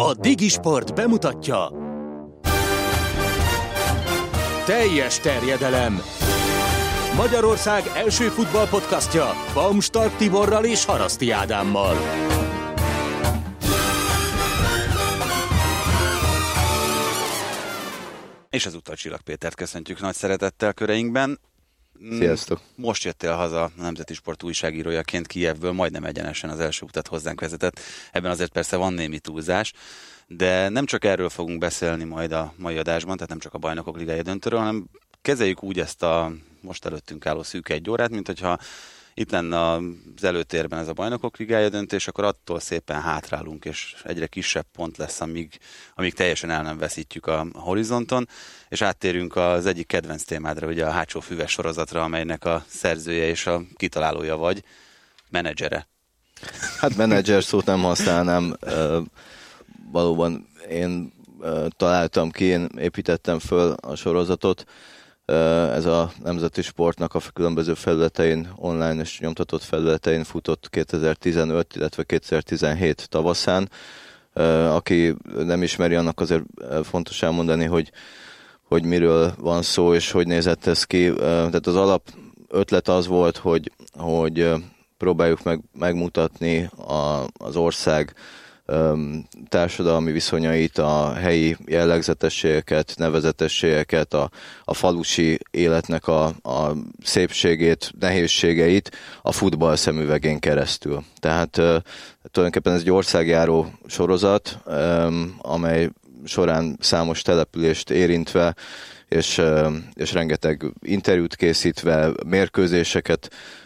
A Digisport bemutatja. Teljes terjedelem. Magyarország első futballpodcastja Baumstark Tiborral és Haraszti Ádámmal. És ezúttal Csillag Pétert köszöntjük nagy szeretettel köreinkben. Sziasztok! Most jöttél haza a Nemzeti Sport újságírójaként Kijevből, majdnem egyenesen az első utat hozzánk vezetett. Ebben azért persze van némi túlzás, de nem csak erről fogunk beszélni majd a mai adásban, tehát nem csak a Bajnokok Ligája döntőről, hanem kezeljük úgy ezt a most előttünk álló szűk egy órát, mint hogyha itt lenne az előtérben ez a Bajnokok Ligája döntő, és akkor attól szépen hátrálunk, és egyre kisebb pont lesz, amíg teljesen el nem veszítjük a horizonton, és áttérünk az egyik kedvenc témádra, ugye a Hátsó füves sorozatra, amelynek a szerzője és a kitalálója vagy, menedzsere. Hát menedzser szót nem használnám, valóban én találtam ki, én építettem föl a sorozatot. Ez a Nemzeti Sportnak a különböző felületein, online és nyomtatott felületein futott 2015, illetve 2017 tavaszán. Aki nem ismeri, annak azért fontos elmondani, hogy miről van szó, és hogy nézett ez ki. Tehát az alap ötlet az volt, hogy próbáljuk megmutatni az ország társadalmi viszonyait, a helyi jellegzetességeket, nevezetességeket, a falusi életnek a szépségét, nehézségeit a futball szemüvegén keresztül. Tehát tulajdonképpen ez egy országjáró sorozat, amely során számos települést érintve, és rengeteg interjút készítve, mérkőzéseket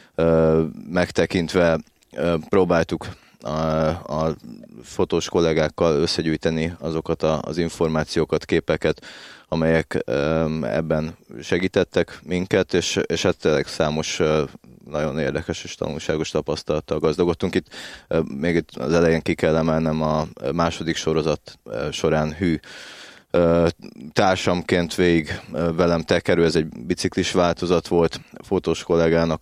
megtekintve próbáltuk a fotós kollégákkal összegyűjteni azokat az információkat, képeket, amelyek ebben segítettek minket, és hát tényleg számos nagyon érdekes és tanulságos tapasztalattal gazdagodtunk. Itt még az elején ki kell emelnem a második sorozat során Hű társamként végig velem tekerő, ez egy biciklis változat volt, fotós kollégának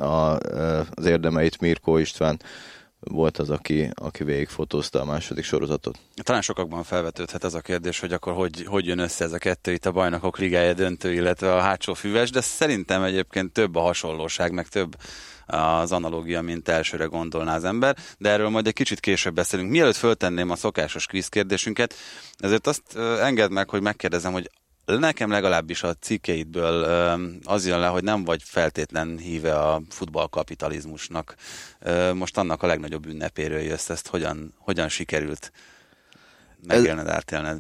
az érdemeit Mirkó István volt az, aki végigfotózta a második sorozatot. Talán sokakban felvetődhet ez a kérdés, hogy akkor hogy jön össze ez a kettő, itt a Bajnokok Ligája döntő, illetve a Hátsó füves, de szerintem egyébként több a hasonlóság, meg több az analógia, mint elsőre gondolná az ember, de erről majd egy kicsit később beszélünk. Mielőtt föltenném a szokásos kvíz kérdésünket, ezért azt engedd meg, hogy megkérdezem, hogy nekem legalábbis a cikkeidből az jön le, hogy nem vagy feltétlen híve a futballkapitalizmusnak. Most annak a legnagyobb ünnepéről jössz, ezt hogyan sikerült megélned, átélned?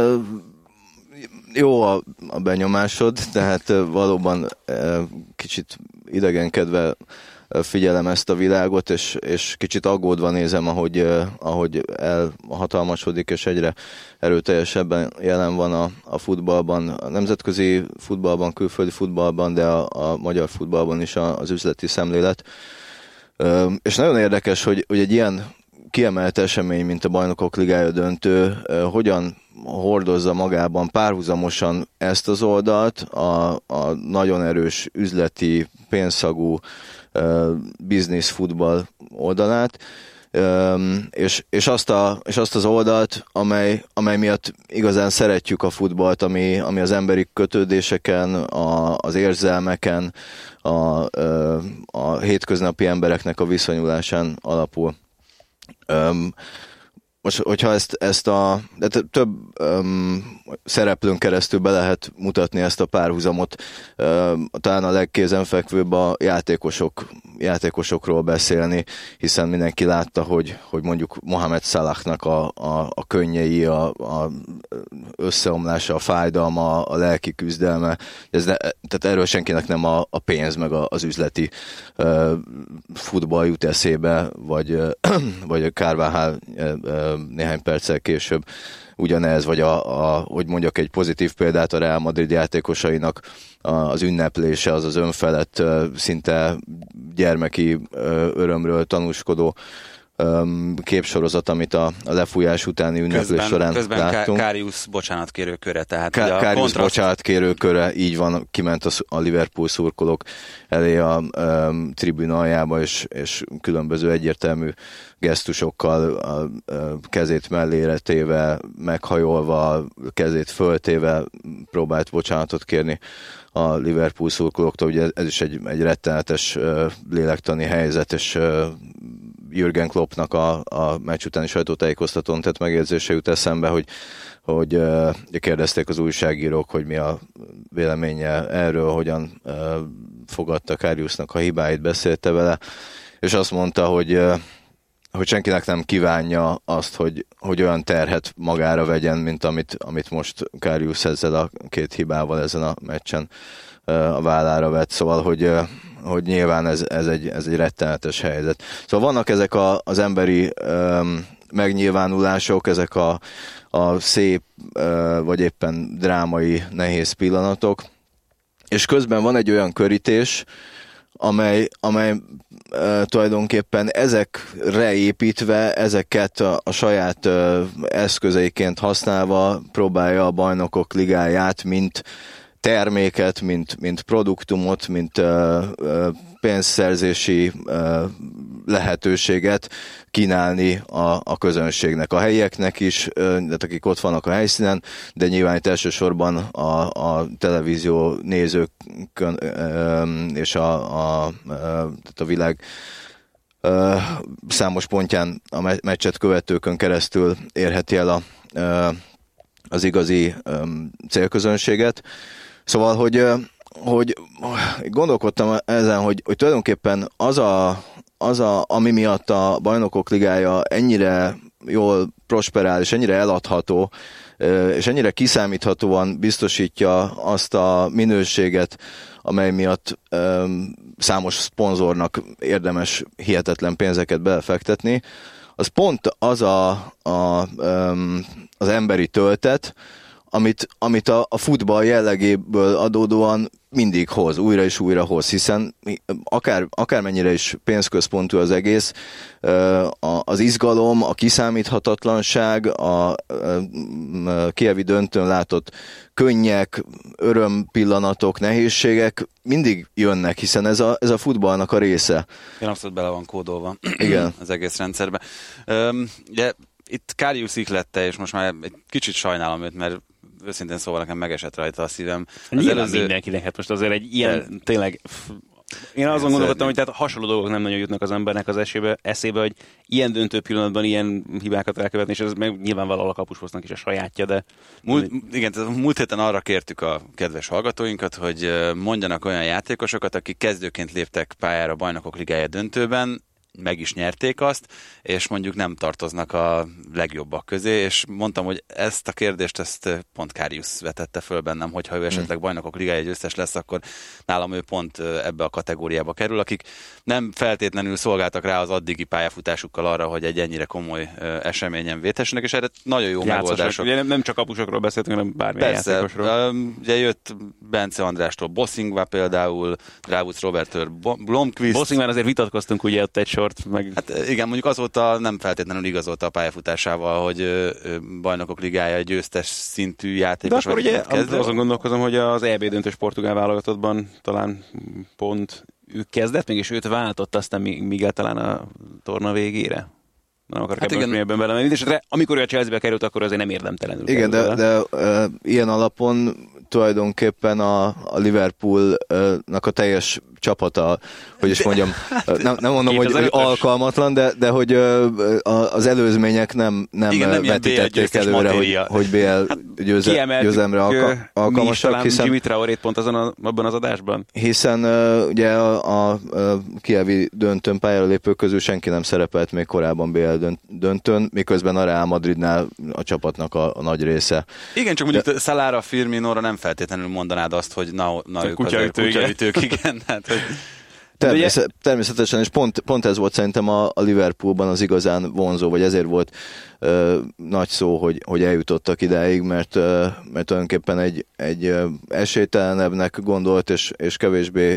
Jó a benyomásod, tehát valóban kicsit idegenkedve figyelem ezt a világot, és kicsit aggódva nézem, ahogy elhatalmasodik, és egyre erőteljesebben jelen van a futballban, a nemzetközi futballban, külföldi futballban, de a magyar futballban is az üzleti szemlélet. És nagyon érdekes, hogy egy ilyen kiemelt esemény, mint a Bajnokok Ligája döntő, hogyan hordozza magában párhuzamosan ezt az oldalt, a nagyon erős üzleti, pénzszagú business futball oldalát, és azt az oldalt, amely miatt igazán szeretjük a futballt, ami az emberi kötődéseken, az érzelmeken, a hétköznapi embereknek a viszonyulásán alapul. Most, hogyha de több szereplőn keresztül be lehet mutatni ezt a párhuzamot, talán a legkézenfekvőbb a játékosokról beszélni, hiszen mindenki látta, hogy mondjuk Mohamed Salahnak a könnyei, a összeomlása, a fájdalma, a lelki küzdelme, tehát erről senkinek nem a pénz, meg az üzleti futball jut eszébe, vagy a Carvajal néhány perccel később ugyanez, vagy hogy mondjak egy pozitív példát, a Real Madrid játékosainak az ünneplése, az önfelett, szinte gyermeki örömről tanúskodó képsorozat, amit a lefújás utáni ünneplés során láttunk. Karius bocsánatkérő köre, tehát Karius bocsánatkérő köre, így van, kiment a Liverpool szurkolók elé a tribűn aljába, és különböző egyértelmű gesztusokkal a kezét mellére téve, meghajolva, kezét föltéve próbált bocsánatot kérni a Liverpool szurkolóktól. Ugye ez is egy rettenetes lélektani helyzet, és Jürgen Kloppnak a meccs utáni sajtótájékoztatón tett megjegyzése jut eszembe, hogy kérdezték az újságírók, hogy mi a véleménye erről, hogyan fogadta Kariusnak a hibáit, beszélte vele, és azt mondta, hogy senkinek nem kívánja azt, hogy olyan terhet magára vegyen, mint amit most Karius ezzel a 2 hibával ezen a meccsen a vállára vett. Szóval, hogy nyilván ez egy rettenetes helyzet. Szóval vannak ezek az emberi megnyilvánulások, ezek a szép vagy éppen drámai, nehéz pillanatok, és közben van egy olyan körítés, amely tulajdonképpen ezekre építve, ezeket a saját eszközeiként használva próbálja a Bajnokok Ligáját, mint terméket, mint produktumot, mint pénzszerzési lehetőséget kínálni a közönségnek, a helyieknek is, akik ott vannak a helyszínen, de nyilván itt elsősorban a televízió nézőkön és a világ számos pontján a meccset követőkön keresztül érheti el az igazi célközönséget. Szóval, hogy gondolkodtam ezen, hogy tulajdonképpen az ami miatt a Bajnokok Ligája ennyire jól prosperál, és ennyire eladható, és ennyire kiszámíthatóan biztosítja azt a minőséget, amely miatt számos szponzornak érdemes hihetetlen pénzeket belefektetni, az pont az az emberi töltet, amit a futball jellegéből adódóan mindig hoz, újra és újra hoz, hiszen akármennyire is pénzközpontú az egész, az izgalom, a kiszámíthatatlanság, a kijevi döntőn látott könnyek, örömpillanatok, nehézségek mindig jönnek, hiszen ez a futballnak a része. Igen, abszolút bele van kódolva. Igen. Az egész rendszerbe. Ugye itt Karius ihlette, és most már egy kicsit sajnálom őt, mert őszintén szóval nekem megesett rajta a szívem. Nyilván mindenkinek, hát most azért egy ilyen tényleg... Én azon gondolkodtam, hogy tehát hasonló dolgok nem nagyon jutnak az embernek az eszébe, hogy ilyen döntő pillanatban ilyen hibákat elkövetni, és ez meg nyilvánvalóan a Kapusposztnak is a sajátja, de... Múlt héten arra kértük a kedves hallgatóinkat, hogy mondjanak olyan játékosokat, akik kezdőként léptek pályára a Bajnokok Ligája döntőben, meg is nyerték azt, és mondjuk nem tartoznak a legjobbak közé, és mondtam, hogy ezt a kérdést pont Karius vetette föl bennem, hogyha ő esetleg Bajnokok Ligája győztes lesz, akkor nálam ő pont ebbe a kategóriába kerül, akik nem feltétlenül szolgáltak rá az addigi pályafutásukkal arra, hogy egy ennyire komoly eseményen véthessenek, és erre nagyon jó megoldások. Ugye nem csak kapusokról beszéltünk, hanem bármilyen játékosról. Ugye jött Bence Andrástól Boszingva például, Dravuc Robertől Blomqvist. Boszingván azért vitatkoztunk ugye ott egy sort, meg... Hát igen, mondjuk azóta nem feltétlenül igazolta a pályafutásával, hogy Bajnokok Ligája győztes szintű játékos. De akkor ugye azon gondolkozom, hogy az EB döntős portugál válogatottban talán pont ő kezdett, mégis őt váltott aztán Miguel talán a torna végére. Nem akarok ebben belemenni. És amikor ő a Chelsea-be került, akkor azért nem érdemtelenül. Igen, de ilyen alapon tulajdonképpen a Liverpoolnak a teljes csapata, hogy is mondjam, nem mondom, hogy alkalmatlan, de hogy az előzmények nem vetítették előre, hogy BL győzelemre alkalmasak. Hiszen Jimmy Traorét pont abban az adásban. Hiszen ugye a kijevi döntőn pályára lépők közül senki nem szerepelt még korábban BL döntőn, miközben a Real Madridnál a csapatnak a nagy része. Igen, csak mondjuk Salára, Firminóra nem feltétlenül mondanád azt, hogy na ők kutyaütők, igen. Hát, hogy... Természetesen, és pont ez volt szerintem a Liverpoolban az igazán vonzó, vagy ezért volt nagy szó, hogy eljutottak idáig, mert tulajdonképpen egy esélytelenebbnek gondolt, és kevésbé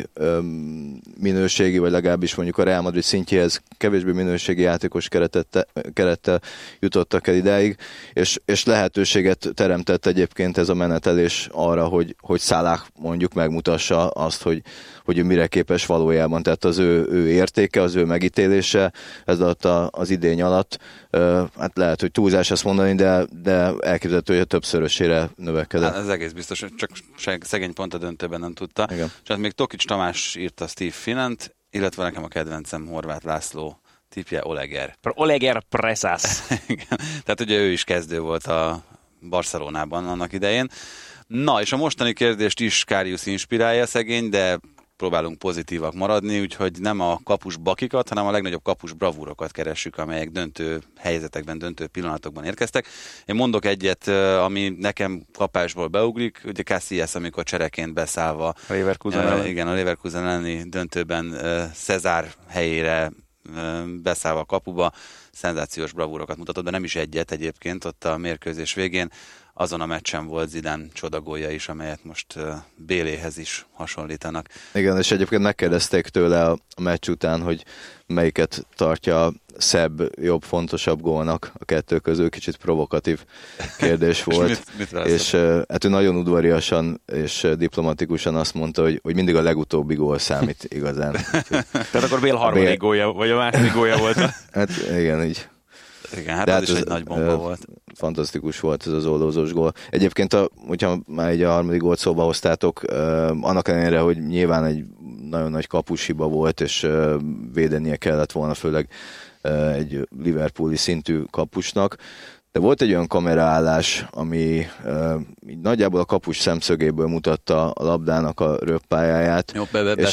minőségi, vagy legalábbis mondjuk a Real Madrid szintjéhez kevésbé minőségi játékos kerettel jutottak el idáig, és lehetőséget teremtett egyébként ez a menetelés arra, hogy Salah mondjuk megmutassa azt, hogy ő mire képes valójában. Tehát az ő értéke, az ő megítélése ez alatt az idény alatt, hát lehet, hogy túlzás ezt mondani, de elképzelhető, hogy a többszörösére növekedett. Hát ez egész biztos, csak szegény pont a döntőben nem tudta. Igen. És hát még Tokics Tamás írta Steve Finant, illetve nekem a kedvencem Horváth László tippje Oleger. Oleger Presas. Igen. Tehát ugye ő is kezdő volt a Barcelonában annak idején. Na, és a mostani kérdést is Karius inspirálja szegény, de próbálunk pozitívak maradni, úgyhogy nem a kapus bakikat, hanem a legnagyobb kapus bravúrokat keressük, amelyek döntő helyzetekben, döntő pillanatokban érkeztek. Én mondok egyet, ami nekem kapásból beugrik, ugye Casillas, amikor csereként beszállva A Leverkusen igen, a Leverkusen elleni döntőben Cezár helyére beszállva a kapuba, szenzációs bravúrokat mutatott, de nem is egyet egyébként ott a mérkőzés végén. Azon a meccsen volt Zidane csodagolja is, amelyet most Béléhez is hasonlítanak. Igen, és egyébként megkérdezték tőle a meccs után, hogy melyiket tartja szebb, jobb, fontosabb gólnak a kettő közül. Kicsit provokatív kérdés volt. mit és hát ő nagyon udvariasan és diplomatikusan azt mondta, hogy mindig a legutóbbi gól számít igazán. Tehát akkor Bél harmadik gólja, vagy a második gólja volt. Hát igen, így. Igen, hát az is egy nagy bomba volt. Fantasztikus volt ez az oldózós gól. Egyébként, hogyha már egy a harmadik gólt szóba hoztátok, annak ellenére, hogy nyilván egy nagyon nagy kapushiba volt, és védenie kellett volna, főleg egy Liverpooli szintű kapusnak, de volt egy olyan kameraállás, ami nagyjából a kapus szemszögéből mutatta a labdának a röppályáját. Jó,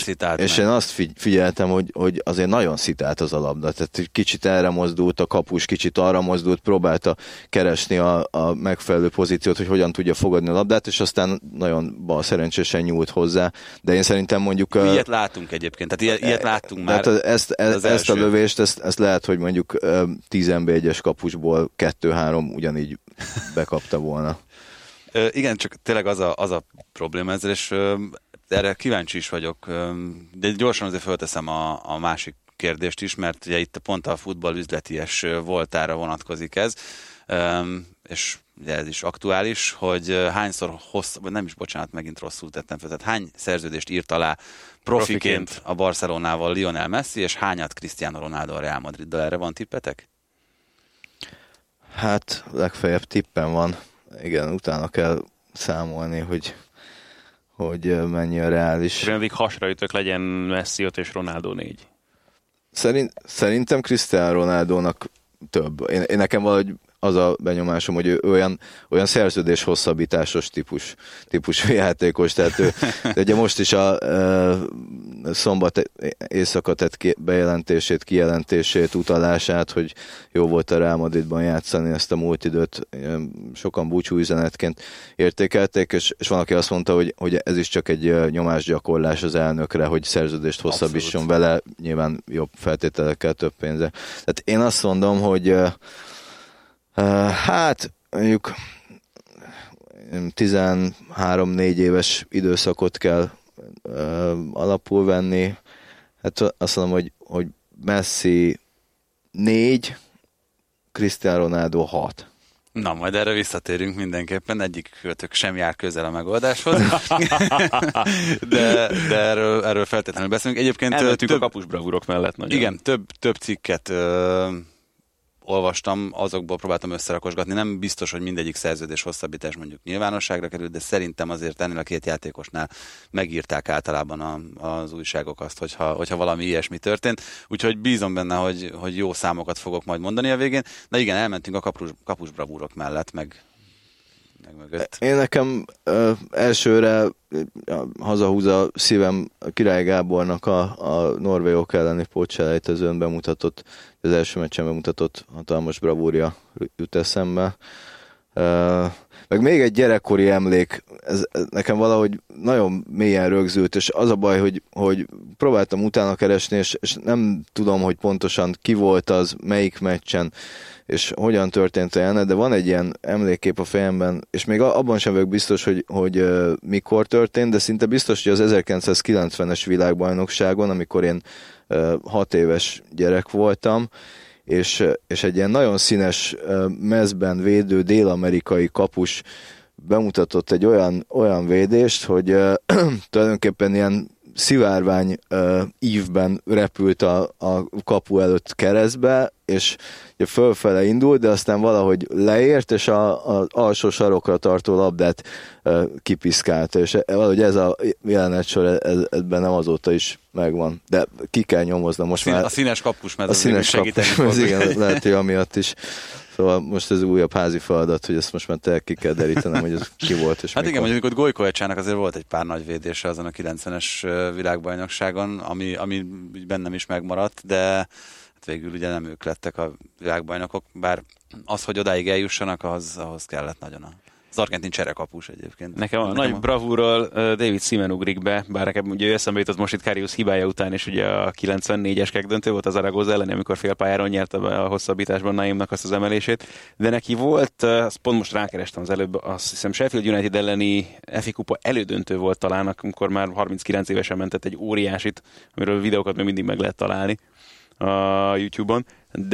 és én azt figyeltem, hogy azért nagyon szitált az a labda. Tehát kicsit erre mozdult a kapus, kicsit arra mozdult, próbálta keresni a megfelelő pozíciót, hogy hogyan tudja fogadni a labdát, és aztán nagyon balszerencsésen nyúlt hozzá. De én szerintem mondjuk... Ilyet látunk egyébként, tehát ilyet láttunk már. Ezt a lövést, ezt lehet, hogy mondjuk 10 NB1-es kapusból 2-3 ugyanígy bekapta volna. Igen, csak tényleg az a probléma ezzel, és erre kíváncsi is vagyok, de gyorsan azért fölteszem a másik kérdést is, mert ugye itt pont a futball üzleties voltára vonatkozik ez, és ugye ez is aktuális, hogy hányszor megint rosszul tettem fel, tehát hány szerződést írt alá profiként a Barcelonával Lionel Messi, és hányat Cristiano Ronaldo a Real Madriddal, erre van tippetek? Hát legfeljebb tippen van. Igen, utána kell számolni, hogy mennyi a reális. Mindig hasra ütök, legyen Messi 5 és Ronaldo 4. Szerintem Cristiano Ronaldónak több. Én nekem valahogy az a benyomásom, hogy ő olyan szerződés hosszabbításos típusú játékos, tehát ő, de ugye most is a szombat éjszaka tett bejelentését, kijelentését, utalását, hogy jó volt a Real Madridban játszani, ezt a múlt időt sokan búcsú üzenetként értékelték, és van, aki azt mondta, hogy ez is csak egy nyomásgyakorlás az elnökre, hogy szerződést hosszabbítson vele, nyilván jobb feltételekkel, több pénze. Tehát én azt mondom, hogy hát mondjuk 13-4 éves időszakot kell alapul venni. Hát azt mondom, hogy Messi 4, Cristiano Ronaldo 6. Na, majd erre visszatérünk mindenképpen, egyikőtök sem jár közel a megoldáshoz. de erről feltétlenül beszélünk. Egyébként elmentünk a kapusbravúrok mellett nagyon. Igen, több cikket olvastam, azokból próbáltam összerakosgatni. Nem biztos, hogy mindegyik szerződés hosszabbítás mondjuk nyilvánosságra került, de szerintem azért ennél a két játékosnál megírták általában az újságok azt, hogyha valami ilyesmi történt. Úgyhogy bízom benne, hogy jó számokat fogok majd mondani a végén. De igen, elmentünk a kapusbravúrok mellett, meg mögött. Én nekem elsőre hazahúz a szívem Király Gábornak a norvégok elleni pótselejtezőn bemutatott, az első meccsen bemutatott hatalmas bravúrja jut eszembe. Meg még egy gyerekkori emlék, ez nekem valahogy nagyon mélyen rögzült, és az a baj, hogy próbáltam utána keresni, és nem tudom, hogy pontosan ki volt az, melyik meccsen, és hogyan történt olyan, de van egy ilyen emlékkép a fejemben, és még abban sem vagyok biztos, hogy mikor történt, de szinte biztos, hogy az 1990-es világbajnokságon, amikor én 6 éves gyerek voltam, és egy ilyen nagyon színes mezben védő dél-amerikai kapus bemutatott egy olyan védést, hogy tulajdonképpen ilyen szivárvány ívben repült a kapu előtt keresztbe, és fölfele indult, de aztán valahogy leért, és az alsó sarokra tartó labdát kipiszkálta, és valahogy ez a jelenetsor ebben nem azóta is megvan. De ki kell nyomoznom most már. A színes kapusmez, a színes kapusmez, igen, lehet, hogy amiatt is. Szóval most ez újabb házi feladat, hogy ezt most már ki kell derítenem, hogy ez ki volt és hát mikor. igen, mondjuk ott Gojkoecsának azért volt egy pár nagy védése azon a 90-es világbajnokságon, ami bennem is megmaradt, de hát végül ugye nem ők lettek a világbajnokok, bár az, hogy odáig eljussanak, ahhoz kellett nagyon az argentin cserekapus egyébként. Nekem a nagy bravúrról David Seaman ugrik be, bár nekem ugye ő eszembe jutott most itt Karius hibája után, és ugye a 94-es kekkdöntő volt az Zaragoza ellen, amikor félpályáron nyerte a hosszabbításban Naimnak azt az emelését, de neki volt, azt pont most rákerestem az előbb, azt hiszem Sheffield United elleni FA kupa elődöntő volt talán, amikor már 39 évesen mentett egy óriásit, amiről videókat még mindig meg lehet találni a YouTube-on,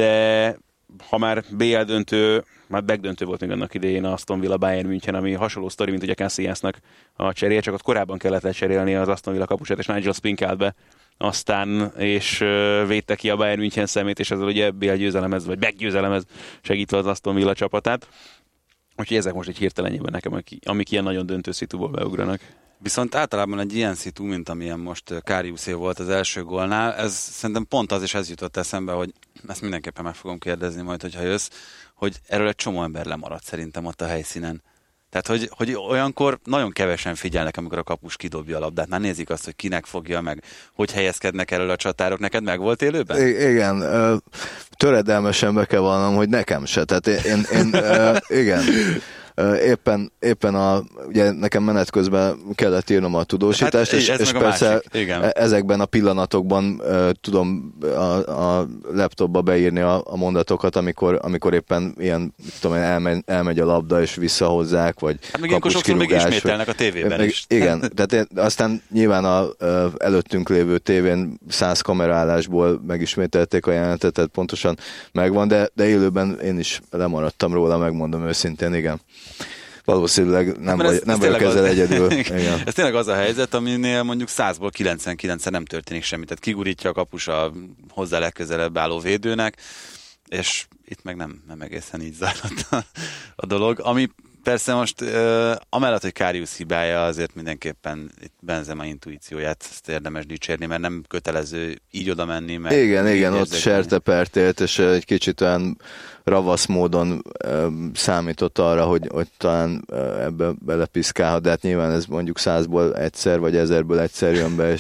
de ha már BL döntő, már backdöntő volt még annak idején a Aston Villa Bayern München, ami hasonló sztori, mint ugye Casillasnak a cseréje, csak ott korábban kellett lecserélni az Aston Villa kapusát, és Nigel Spink állt be aztán, és védte ki a Bayern München szemét, és ezzel ugye BL győzelemhez, vagy backgyőzelemhez segítve az Aston Villa csapatát. Úgyhogy ezek most egy hirtelenjében nekem, amik ilyen nagyon döntő szitúból beugranak. Viszont általában egy ilyen szitu, mint amilyen most Kariuszé volt az első gólnál, ez szerintem pont az is ez jutott eszembe, hogy ezt mindenképpen meg fogom kérdezni majd, hogyha jössz, hogy erről egy csomó ember lemaradt szerintem ott a helyszínen. Tehát, hogy olyankor nagyon kevesen figyelnek, amikor a kapus kidobja a labdát. Már nézik azt, hogy kinek fogja meg, hogy helyezkednek elől a csatárok. Neked meg volt élőben? Igen, töredelmesen be kell vallanom, hogy nekem se. Tehát én igen. Éppen ugye nekem menet közben kellett írnom a tudósítást, hát, és persze ezekben a pillanatokban tudom a laptopba beírni a mondatokat, amikor éppen ilyen, tudom én, elmegy a labda, és visszahozzák, vagy hát még ilyenkor sokszor még ismételnek a tévében is. Igen, tehát aztán nyilván előttünk lévő tévén 100 kamerálásból megismételték a jelenetet, tehát pontosan megvan, de élőben én is lemaradtam róla, megmondom őszintén, igen. Valószínűleg nem vagyok ezzel egyedül. Igen. Ez tényleg az a helyzet, aminél mondjuk 100-ból 99-szer nem történik semmi. Tehát kigurítja a kapus a hozzá legközelebb álló védőnek, és itt meg nem egészen így zajlott a dolog. Ami persze most amellett, hogy Karius hibája, azért mindenképpen itt Benzema intuícióját ezt érdemes dicsérni, mert nem kötelező így oda menni. Meg igen, ott sertepertélt, és egy kicsit olyan ravasz módon számított arra, hogy talán ebbe belepiszkálhat, de hát nyilván ez mondjuk 100-ból egyszer, vagy 1000-ből egyszer jön be,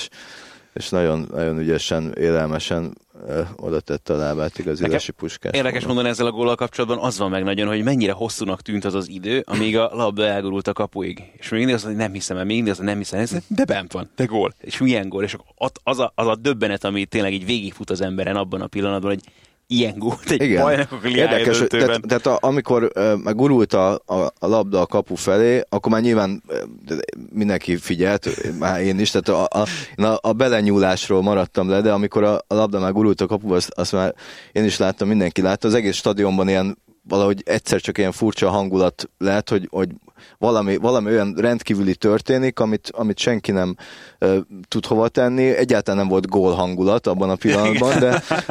és nagyon, nagyon ügyesen, élelmesen oda tette a lábát igazítási puskás. Érdekes mondani ezzel a góllal kapcsolatban, az van meg nagyon, hogy mennyire hosszúnak tűnt az az idő, amíg a labda elgurult a kapuig. És még mindig azt mondja, hogy nem hiszem el, még mindig azt mondja, nem hiszem el, de bent van, de gól. És milyen gól. És az a döbbenet, ami tényleg így végigfut az emberen abban a pillanatban, hogy ilyen gólt egy bajnokok ligája döntőben. Tehát amikor gurult a labda a kapu felé, akkor már nyilván mindenki figyelt, már én is, tehát a belenyúlásról maradtam le, de amikor a labda már gurult a kapuba, azt már én is láttam, mindenki látta. Az egész stadionban ilyen valahogy egyszer csak ilyen furcsa hangulat lehet, hogy valami olyan rendkívüli történik, amit senki nem tud hova tenni. Egyáltalán nem volt gól hangulat abban a pillanatban,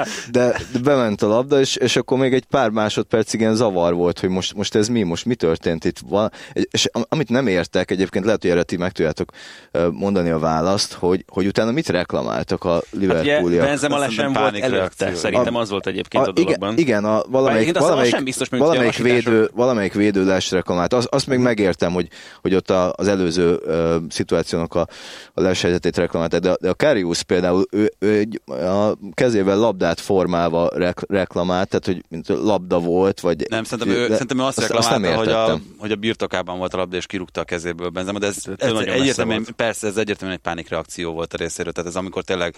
de bement a labda, és akkor még egy pár másodpercig ilyen zavar volt, hogy most ez mi történt itt. És amit nem értek, egyébként lehet, hogy erre ti meg tudjátok mondani a választ, hogy utána mit reklamáltak a Liverpooliak. Hát Benzema lesen volt előtte, szerintem az volt egyébként a dologban. Igen, valamelyik védő lesreklamált. Azt még megértem, hogy ott az előző szituációnak a leshelyzetét reklamálták, de a Karius például ő a kezével labdát formálva reklamált, tehát hogy mint labda volt, vagy... Nem, szerintem ő azt reklamálta, hogy a birtokában volt a labda, és kirúgta a kezéből Benzema, de ez egyértelműen egy pánikreakció volt a részéről, tehát ez amikor tényleg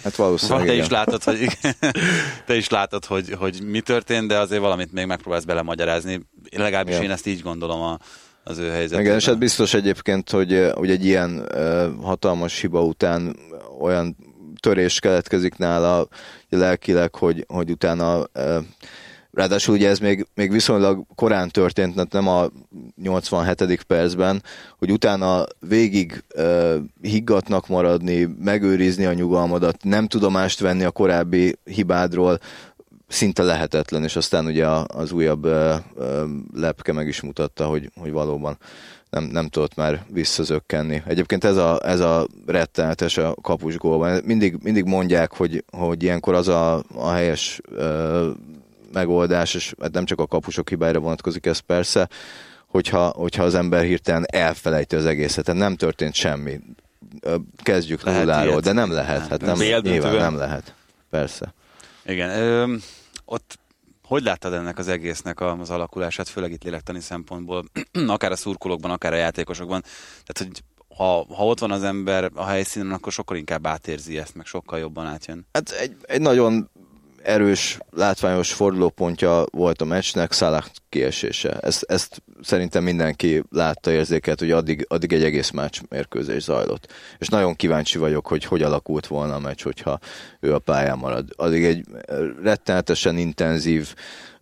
te is látod, hogy mi történt, de azért valamit még megpróbálsz belemagyarázni. Legalábbis én ezt így gondolom az ő helyzetében. Igen, és hát biztos egyébként, hogy egy ilyen hatalmas hiba után olyan törés keletkezik nála lelkileg, hogy utána ráadásul ugye ez még viszonylag korán történt, tehát nem a 87. percben, hogy utána végig higgadtnak maradni, megőrizni a nyugalmadat, nem tudomást venni a korábbi hibádról, szinte lehetetlen, és aztán ugye az újabb lepke meg is mutatta, hogy valóban nem tudott már visszazökkenni. Egyébként ez a rettenetes a kapusgólban. Mindig mondják, hogy ilyenkor az a helyes megoldás, és nem csak a kapusok hibáira vonatkozik ez persze, hogyha az ember hirtelen elfelejti az egészet. Tehát nem történt semmi. Kezdjük nulláról, de nem lehet. Hát nyilván nem lehet. Persze. Igen. Ott hogy láttad ennek az egésznek az alakulását, főleg itt lélektani szempontból, akár a szurkolókban, akár a játékosokban? Tehát, hogy ha ott van az ember a helyszínen, akkor sokkal inkább átérzi ezt, meg sokkal jobban átjön. Hát egy nagyon erős, látványos fordulópontja volt a meccsnek, Salah kiesése. Ezt szerintem mindenki látta, érzékelt, hogy addig egy egész mérkőzés zajlott. És nagyon kíváncsi vagyok, hogy alakult volna a meccs, hogyha ő a pályán marad. Addig egy rettenetesen intenzív,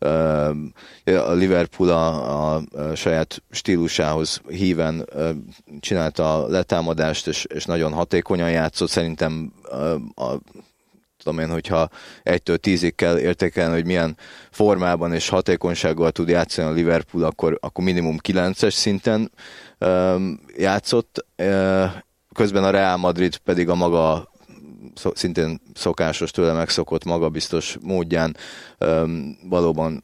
a Liverpool a saját stílusához híven csinálta a letámadást, és nagyon hatékonyan játszott. Szerintem tudom én, hogyha 1-től 10-ig kell értékelni, hogy milyen formában és hatékonysággal tud játszani a Liverpool, akkor minimum 9-es szinten játszott. Közben a Real Madrid pedig a maga szintén szokásos, tőle megszokott magabiztos módján valóban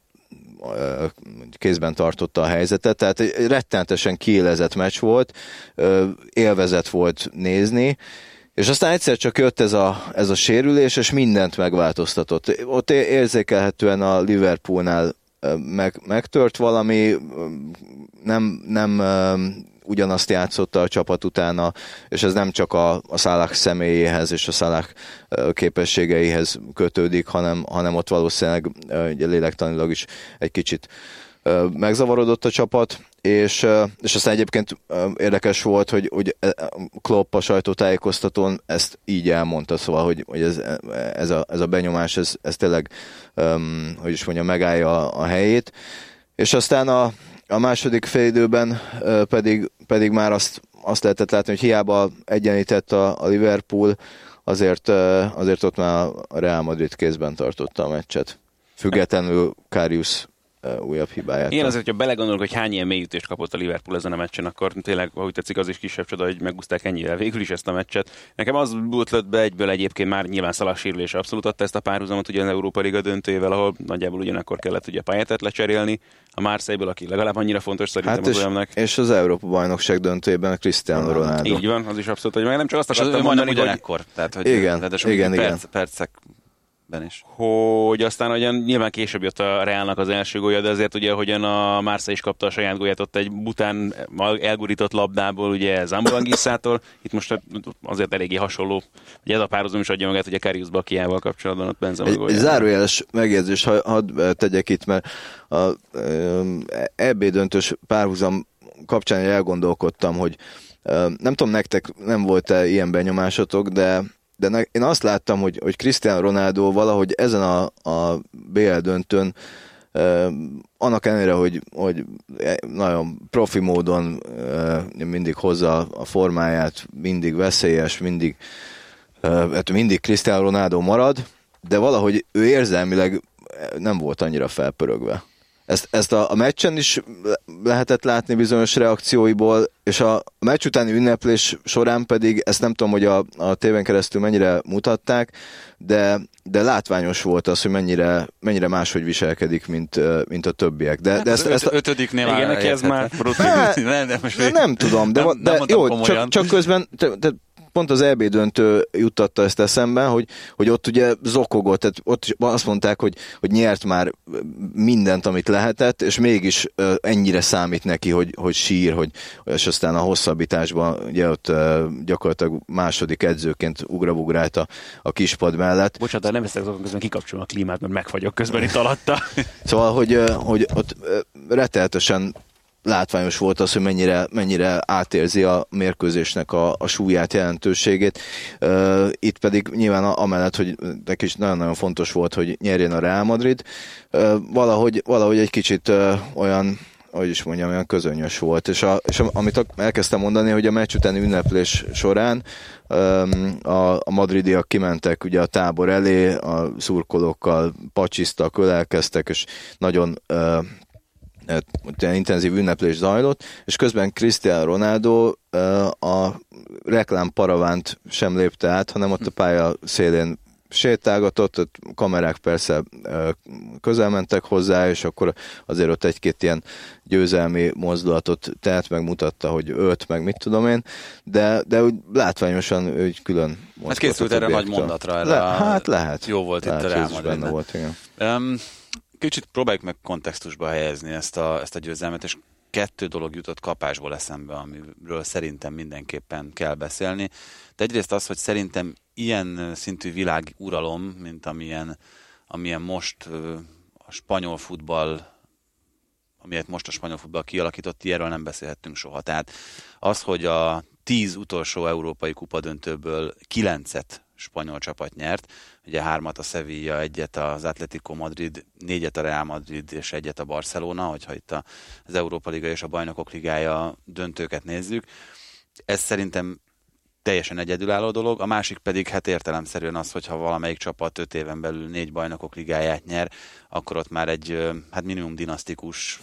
kézben tartotta a helyzetet. Tehát egy rettenetesen kiélezett meccs volt, élvezet volt nézni, és aztán egyszer csak jött ez a sérülés, és mindent megváltoztatott. Ott érzékelhetően a Liverpoolnál megtört valami, nem ugyanazt játszotta a csapat utána, és ez nem csak a Salah személyéhez és a Salah képességeihez kötődik, hanem ott valószínűleg lélektanilag is egy kicsit megzavarodott a csapat, és aztán egyébként érdekes volt, hogy Klopp a sajtótájékoztatón ezt így elmondta, szóval, hogy ez a benyomás, ez tényleg, hogy is mondjam, megállja a helyét, és aztán a második félidőben pedig már azt lehetett látni, hogy hiába egyenlített a Liverpool, azért ott már a Real Madrid kézben tartotta a meccset. Függetlenül Karius újabb hibáját. Én azért, hogyha belegondolok, hogy hány ilyen mélyütést kapott a Liverpool ezen a meccsen, akkor tényleg, ahogy tetszik, az is kisebb csoda, hogy megúszták ennyire végül is ezt a meccset. Nekem az lett be egyből egyébként már nyilván Salah sérülése abszolút adta ezt a párhuzamot, ugye az Európa Liga döntőjével, ahol nagyjából ugyanakkor kellett ugye a pályát lecserélni a Marseille-ből, aki legalább annyira fontos szerintem az olyannak. És az Európa bajnokság döntőjében a Cristiano Ronaldo. Így van, az is abszolút, hogy meg nem csak azt akartam mondani, ugyanekkor. Tehát, hogy igen. percekben is. Hogy aztán ugyan nyilván később jött a Realnak az első gólya, de azért ugye, hogyan a Marseille is kapta a saját gólját ott egy bután elgurított labdából, ugye Zamboanguissától. Itt most azért eléggé hasonló. Ugye ez a párhuzam is adja magát, ugye Karius Bakiával kapcsolatban ott Benzema góljával. Egy zárójeles megjegyzés, hadd tegyek itt, mert a EB döntős párhuzam kapcsán elgondolkodtam, hogy nem tudom, nektek nem volt-e ilyen benyomásotok, de én azt láttam, hogy Cristiano Ronaldo valahogy ezen a BL döntőn, annak ellenére, hogy nagyon profi módon mindig hozza a formáját, mindig veszélyes, mindig Cristiano Ronaldo marad, de valahogy ő érzelmileg nem volt annyira felpörögve. ezt a meccsen is lehetett látni bizonyos reakcióiból, és a meccs utáni ünneplés során pedig, ezt nem tudom, hogy a tévén keresztül mennyire mutatták, de látványos volt az, hogy mennyire máshogy viselkedik, mint a többiek. De ezt ötödiknél igen, neki ez már nem tudom, de jó, csak közben pont az EB döntő juttatta ezt eszembe, hogy ott ugye zokogott, tehát ott azt mondták, hogy nyert már mindent, amit lehetett, és mégis ennyire számít neki, hogy sír, és aztán a hosszabbításban ugye ott gyakorlatilag második edzőként ugrabugrált a kispad mellett. Bocsánat, de nem veszek azokon közben kikapcsolom a klímát, mert megfagyok közben itt alatta. Szóval, hogy ott rettenetesen látványos volt az, hogy mennyire átérzi a mérkőzésnek a súlyát, jelentőségét. Itt pedig nyilván amellett, hogy neki is nagyon-nagyon fontos volt, hogy nyerjen a Real Madrid, valahogy egy kicsit olyan, ahogy is mondjam, olyan közönyös volt. És amit elkezdtem mondani, hogy a meccs utáni ünneplés során a madridiak kimentek ugye a tábor elé, a szurkolókkal pacsiztak, ölelkeztek, és nagyon intenzív ünneplés zajlott, és közben Cristiano Ronaldo a reklám paravánt sem lépte át, hanem ott a pálya szélén sétálgatott, ott kamerák persze közel mentek hozzá, és akkor azért ott egy-két ilyen győzelmi mozdulatot tehet, megmutatta, hogy ölt, meg mit tudom én, de úgy látványosan úgy külön mozgott. Hát készült erre nagy mondatra. Hát lehet. Jó volt lehet, itt a Real Madridnek. volt, igen. Kicsit próbáljuk meg kontextusba helyezni ezt a győzelmet, és 2 dolog jutott kapásból eszembe, amiről szerintem mindenképpen kell beszélni. De egyrészt az, hogy szerintem ilyen szintű világuralom, mint amilyen most a spanyol futball, amilyet most a spanyol futball kialakított, ilyenről nem beszélhettünk soha. Tehát az, hogy a 10 utolsó európai kupadöntőből 9-et spanyol csapat nyert, ugye 3-at a Sevilla, 1-et az Atlético Madrid, 4-et a Real Madrid és 1-et a Barcelona, hogyha itt az Európa Liga és a Bajnokok Ligája döntőket nézzük. Ez szerintem teljesen egyedülálló dolog, a másik pedig hát értelemszerűen az, hogyha valamelyik csapat 5 éven belül 4 Bajnokok Ligáját nyer, akkor ott már egy hát minimum dinasztikus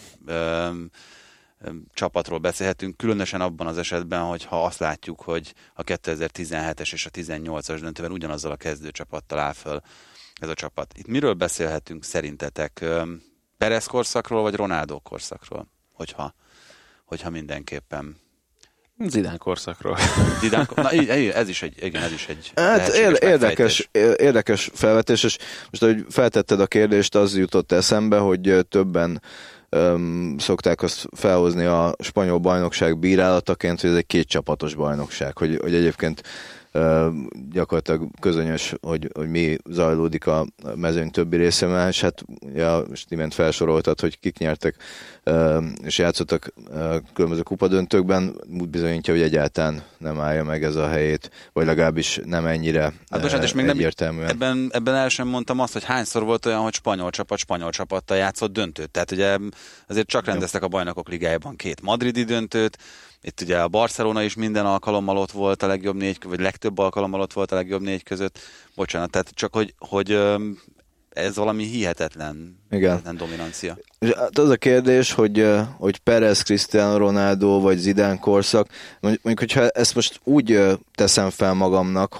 csapatról beszélhetünk, különösen abban az esetben, hogyha azt látjuk, hogy a 2017-es és a 18-as döntőben ugyanazzal a kezdőcsapattal áll föl ez a csapat. Itt miről beszélhetünk szerintetek? Perez korszakról, vagy Ronaldo korszakról? Hogyha mindenképpen. Zidane korszakról. Na, ez is egy hát érdekes felvetés, és most, ahogy feltetted a kérdést, az jutott eszembe, hogy többen szokták azt felhozni a spanyol bajnokság bírálataként, hogy ez egy 2 csapatos bajnokság, hogy egyébként gyakorlatilag közönyös, hogy mi zajlódik a mezőny többi részében, és hát most imént felsoroltad, hogy kik nyertek és játszottak különböző kupadöntőkben, úgy bizonyítja, hogy egyáltalán nem állja meg ez a helyét, vagy legalábbis nem ennyire egyértelműen. Ebben el sem mondtam azt, hogy hányszor volt olyan, hogy spanyol csapattal játszott döntőt. Tehát ugye azért csak rendeztek a Bajnokok Ligájában 2 madridi döntőt, itt ugye a Barcelona is minden alkalommal ott volt a legjobb 4, vagy legtöbb alkalommal ott volt a legjobb 4 között. Bocsánat, tehát csak hogy ez valami hihetetlen dominancia. És az a kérdés, hogy Perez, Cristiano Ronaldo vagy Zidane korszak, mondjuk, hogyha ezt most úgy teszem fel magamnak,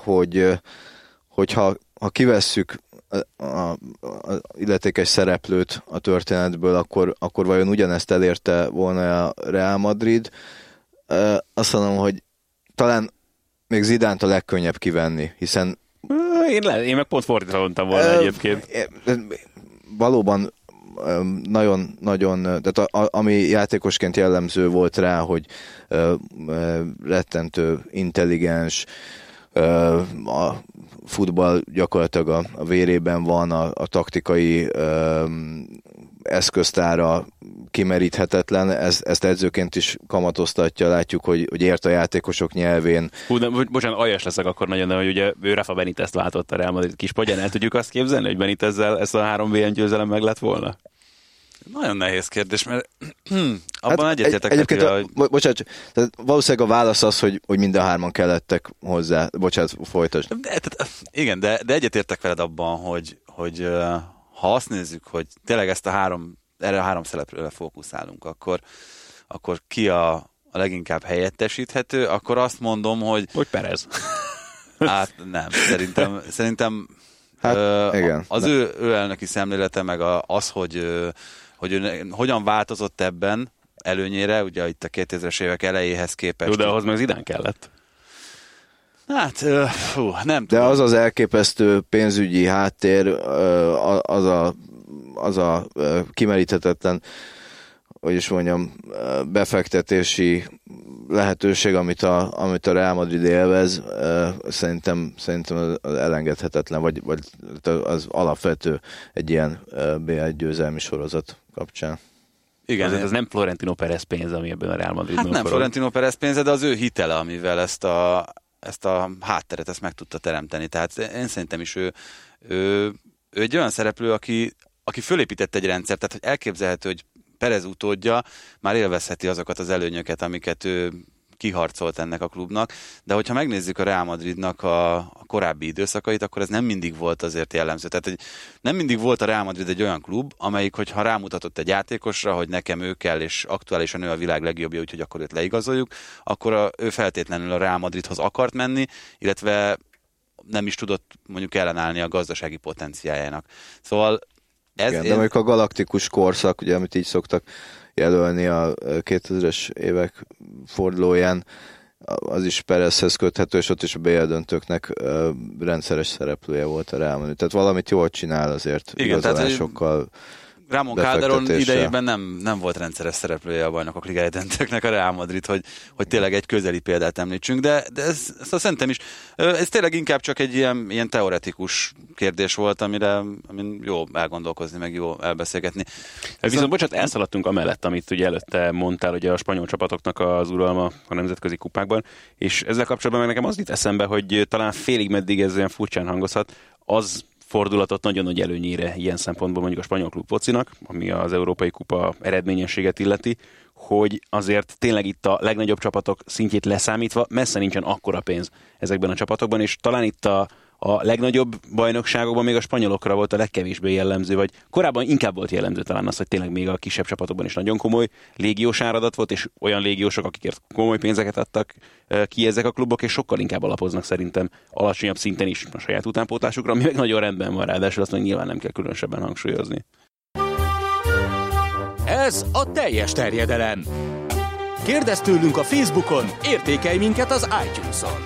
hogyha kivesszük a illetékes szereplőt a történetből, akkor vajon ugyanezt elérte volna a Real Madrid? Azt mondom, hogy talán még Zidánt a legkönnyebb kivenni, hiszen én meg pont fordítva mondtam volna egyébként. Valóban nagyon, tehát ami játékosként jellemző volt rá, hogy rettentő intelligens, a futball gyakorlatilag a vérében van, a taktikai eszköztára kimeríthetetlen, ezt edzőként is kamatoztatja, látjuk, hogy ért a játékosok nyelvén. Bocsánat, aljas leszek akkor nagyon, de hogy ugye ő Rafa Benitezt váltotta Real Madrid Kispadján, el tudjuk azt képzelni, hogy Benitezzel ezt a 3 VN győzelem meg lett volna? Nagyon nehéz kérdés, mert abban egyetértek. Bocsánat, tehát valószínűleg a válasz az, hogy mind a 3-an kellettek hozzá. Bocsánat, folytasd. Igen, de egyetértek veled abban, hogy ha azt nézzük, hogy tényleg ezt erre a 3 szereplőre fókuszálunk, akkor ki a leginkább helyettesíthető, akkor azt mondom, hogy Perez. Hát nem, szerintem igen. Az ő elnöki szemlélete, meg az, hogy ő hogyan változott ebben előnyére, ugye itt a 2000-es évek elejéhez képest. Jó, de ahhoz meg Zidane kellett. Hát, nem de tudom. az az elképesztő pénzügyi háttér, az a kimeríthetetlen, hogy is mondjam, befektetési lehetőség, amit a Real Madrid élvez, szerintem az elengedhetetlen, vagy az alapvető egy ilyen B1 győzelmi sorozat kapcsán. Igen, azért ez nem Florentino Perez pénz, ami ebben a Real Madridban Hát nem Florentino Perez pénze, de az ő hitele, amivel ezt a hátteret ezt meg tudta teremteni. Tehát én szerintem is ő egy olyan szereplő, aki fölépített egy rendszert, tehát hogy elképzelhető, hogy Perez utódja már élvezheti azokat az előnyöket, amiket ő kiharcolt ennek a klubnak, de hogyha megnézzük a Real Madridnak a korábbi időszakait, akkor ez nem mindig volt azért jellemző. Tehát hogy nem mindig volt a Real Madrid egy olyan klub, amelyik, hogyha rámutatott egy játékosra, hogy nekem ő kell, és aktuálisan ő a világ legjobbja, úgyhogy akkor őt leigazoljuk, akkor ő feltétlenül a Real Madridhoz akart menni, illetve nem is tudott mondjuk ellenállni a gazdasági potenciáljának. Szóval igen, de mondjuk a galaktikus korszak, ugye, amit így szoktak jelölni a 2000-es évek fordulóján, az is Perezhez köthető, és ott is a BL döntőknek rendszeres szereplője volt a Real Madrid. Tehát valamit jól csinál azért igazolásokkal. Ramon Calderón idejében nem volt rendszeres szereplője a Bajnokok Ligája döntőknek a Real Madrid, hogy tényleg egy közeli példát említsünk, de ezt szerintem is, ez tényleg inkább csak egy ilyen teoretikus kérdés volt, amin jó elgondolkozni, meg jó elbeszélgetni. Viszont bocsánat, elszaladtunk amellett, amit ugye előtte mondtál, hogy a spanyol csapatoknak az uralma a nemzetközi kupákban, és ezzel kapcsolatban meg nekem az jut eszembe, hogy talán félig meddig ez olyan furcsán hangozhat, az fordulatot nagyon nagy előnyére ilyen szempontból mondjuk a spanyol klub focinak, ami az Európai Kupa eredményességet illeti, hogy azért tényleg itt a legnagyobb csapatok szintjét leszámítva messze nincsen akkora pénz ezekben a csapatokban, és talán itt a legnagyobb bajnokságokban még a spanyolokra volt a legkevésbé jellemző, vagy korábban inkább volt jellemző talán az, hogy tényleg még a kisebb csapatokban is nagyon komoly légiós áradat volt, és olyan légiósok, akikért komoly pénzeket adtak ki ezek a klubok, és sokkal inkább alapoznak szerintem alacsonyabb szinten is a saját utánpótlásukra, ami meg nagyon rendben van, ráadásul azt mondja, nyilván nem kell különösebben hangsúlyozni. Ez a teljes terjedelem. Kérdezz tőlünk a Facebookon, értékelj minket az iTunes-on.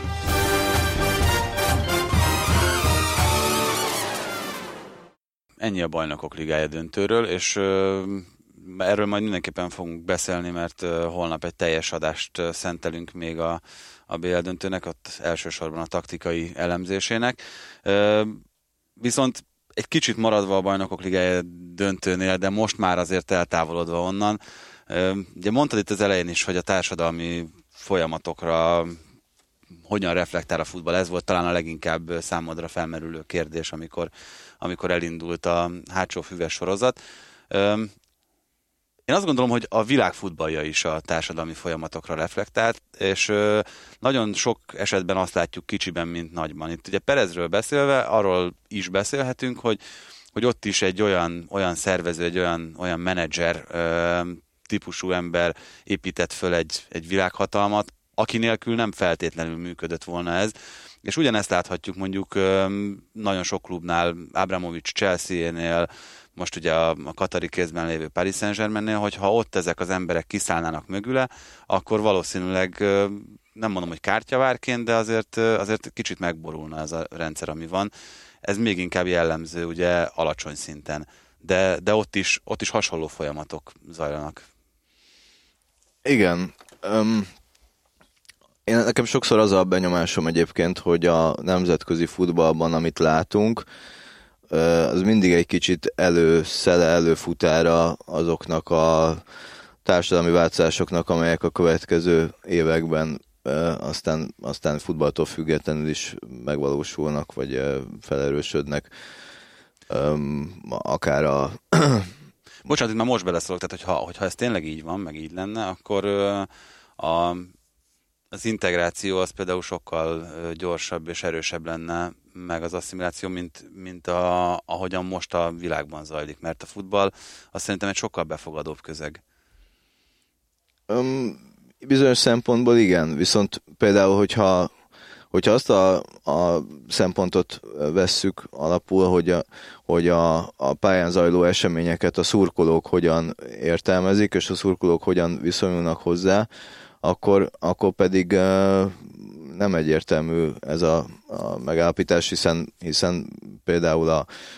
Ennyi a Bajnokok Ligája döntőről, és erről majd mindenképpen fogunk beszélni, mert holnap egy teljes adást szentelünk még a BL döntőnek, ott elsősorban a taktikai elemzésének. Viszont egy kicsit maradva a Bajnokok Ligája döntőnél, de most már azért eltávolodva onnan. Ugye mondtad itt az elején is, hogy a társadalmi folyamatokra hogyan reflektál a futball. Ez volt talán a leginkább számodra felmerülő kérdés, amikor elindult a hátsó füves sorozat. Én azt gondolom, hogy a világ futballja is a társadalmi folyamatokra reflektált, és nagyon sok esetben azt látjuk kicsiben, mint nagyban. Itt ugye Perezről beszélve, arról is beszélhetünk, hogy ott is egy olyan szervező, egy olyan menedzser típusú ember épített föl egy világhatalmat, aki nélkül nem feltétlenül működött volna ez. És ugyanezt láthatjuk mondjuk nagyon sok klubnál, Abramovich Chelsea-nél, most ugye a katari kézben lévő Paris Saint-Germainnél, hogyha ott ezek az emberek kiszállnának mögüle, akkor valószínűleg nem mondom, hogy kártyavárként, de azért kicsit megborulna ez a rendszer, ami van. Ez még inkább jellemző ugye alacsony szinten. De ott is hasonló folyamatok zajlanak. Igen. Nekem sokszor az a benyomásom egyébként, hogy a nemzetközi futballban, amit látunk, az mindig egy kicsit előfutára azoknak a társadalmi változásoknak, amelyek a következő években aztán futballtól függetlenül is megvalósulnak, vagy felerősödnek. Akár a... Bocsánat, itt már most beleszólok, tehát hogyha ez tényleg így van, meg így lenne, akkor az integráció az például sokkal gyorsabb és erősebb lenne, meg az asszimiláció, mint ahogyan most a világban zajlik, mert a futball azt szerintem egy sokkal befogadóbb közeg. Bizonyos szempontból igen, viszont például, hogyha azt a szempontot vesszük alapul, hogy a pályán zajló eseményeket a szurkolók hogyan értelmezik, és a szurkolók hogyan viszonyulnak hozzá, akkor pedig nem egyértelmű ez a megállapítás, hiszen például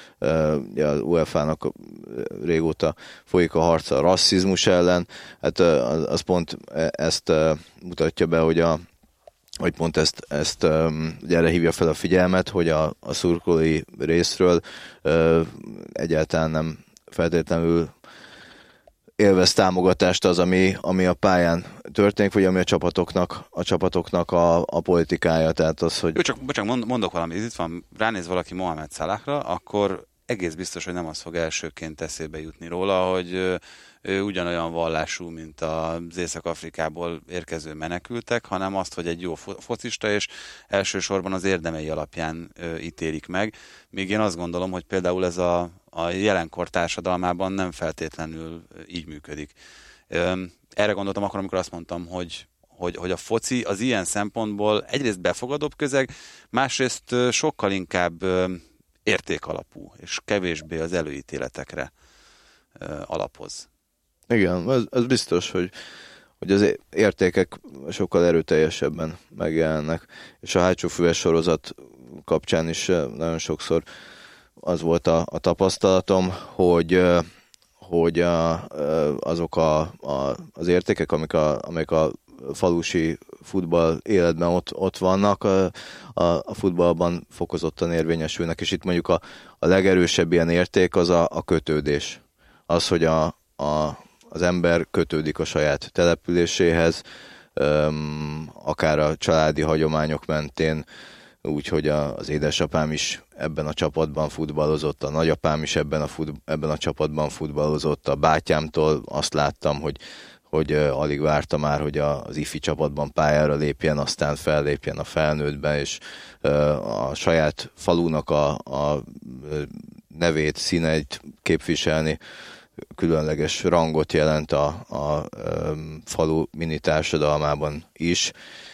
az UEFA-nak régóta folyik a harca a rasszizmus ellen, hát az pont ezt mutatja be, hogy pont ezt erre hívja fel a figyelmet, hogy a szurkolói részről egyáltalán nem feltétlenül élvez támogatást az, ami a pályán történik, vagy ami a csapatoknak a politikája. Tehát az, hogy... Jó, csak mondok valamit. Itt van, ránéz valaki Mohamed Salahra, akkor egész biztos, hogy nem az fog elsőként eszébe jutni róla, hogy ő ugyanolyan vallású, mint az Észak-Afrikából érkező menekültek, hanem azt, hogy egy jó focista, és elsősorban az érdemei alapján ítélik meg. Még én azt gondolom, hogy például ez a jelenkor társadalmában nem feltétlenül így működik. Erre gondoltam akkor, amikor azt mondtam, hogy a foci az ilyen szempontból egyrészt befogadóbb közeg, másrészt sokkal inkább értékalapú, és kevésbé az előítéletekre alapoz. Igen, ez biztos, hogy az értékek sokkal erőteljesebben megjelennek, és a Hátsó füves sorozat kapcsán is nagyon sokszor az volt a tapasztalatom, hogy azok az értékek, amik a falusi futball életben ott vannak, a futballban fokozottan érvényesülnek, és itt mondjuk a legerősebb ilyen érték az a kötődés. Az, hogy az ember kötődik a saját településéhez, akár a családi hagyományok mentén, úgyhogy az édesapám is ebben a csapatban futballozott, a nagyapám is ebben a csapatban futballozott, a bátyámtól azt láttam, hogy alig várta már, hogy az ifi csapatban pályára lépjen, aztán fellépjen a felnőttbe, és a saját falunak a nevét, színeit képviselni különleges rangot jelent a falu mini társadalmában is,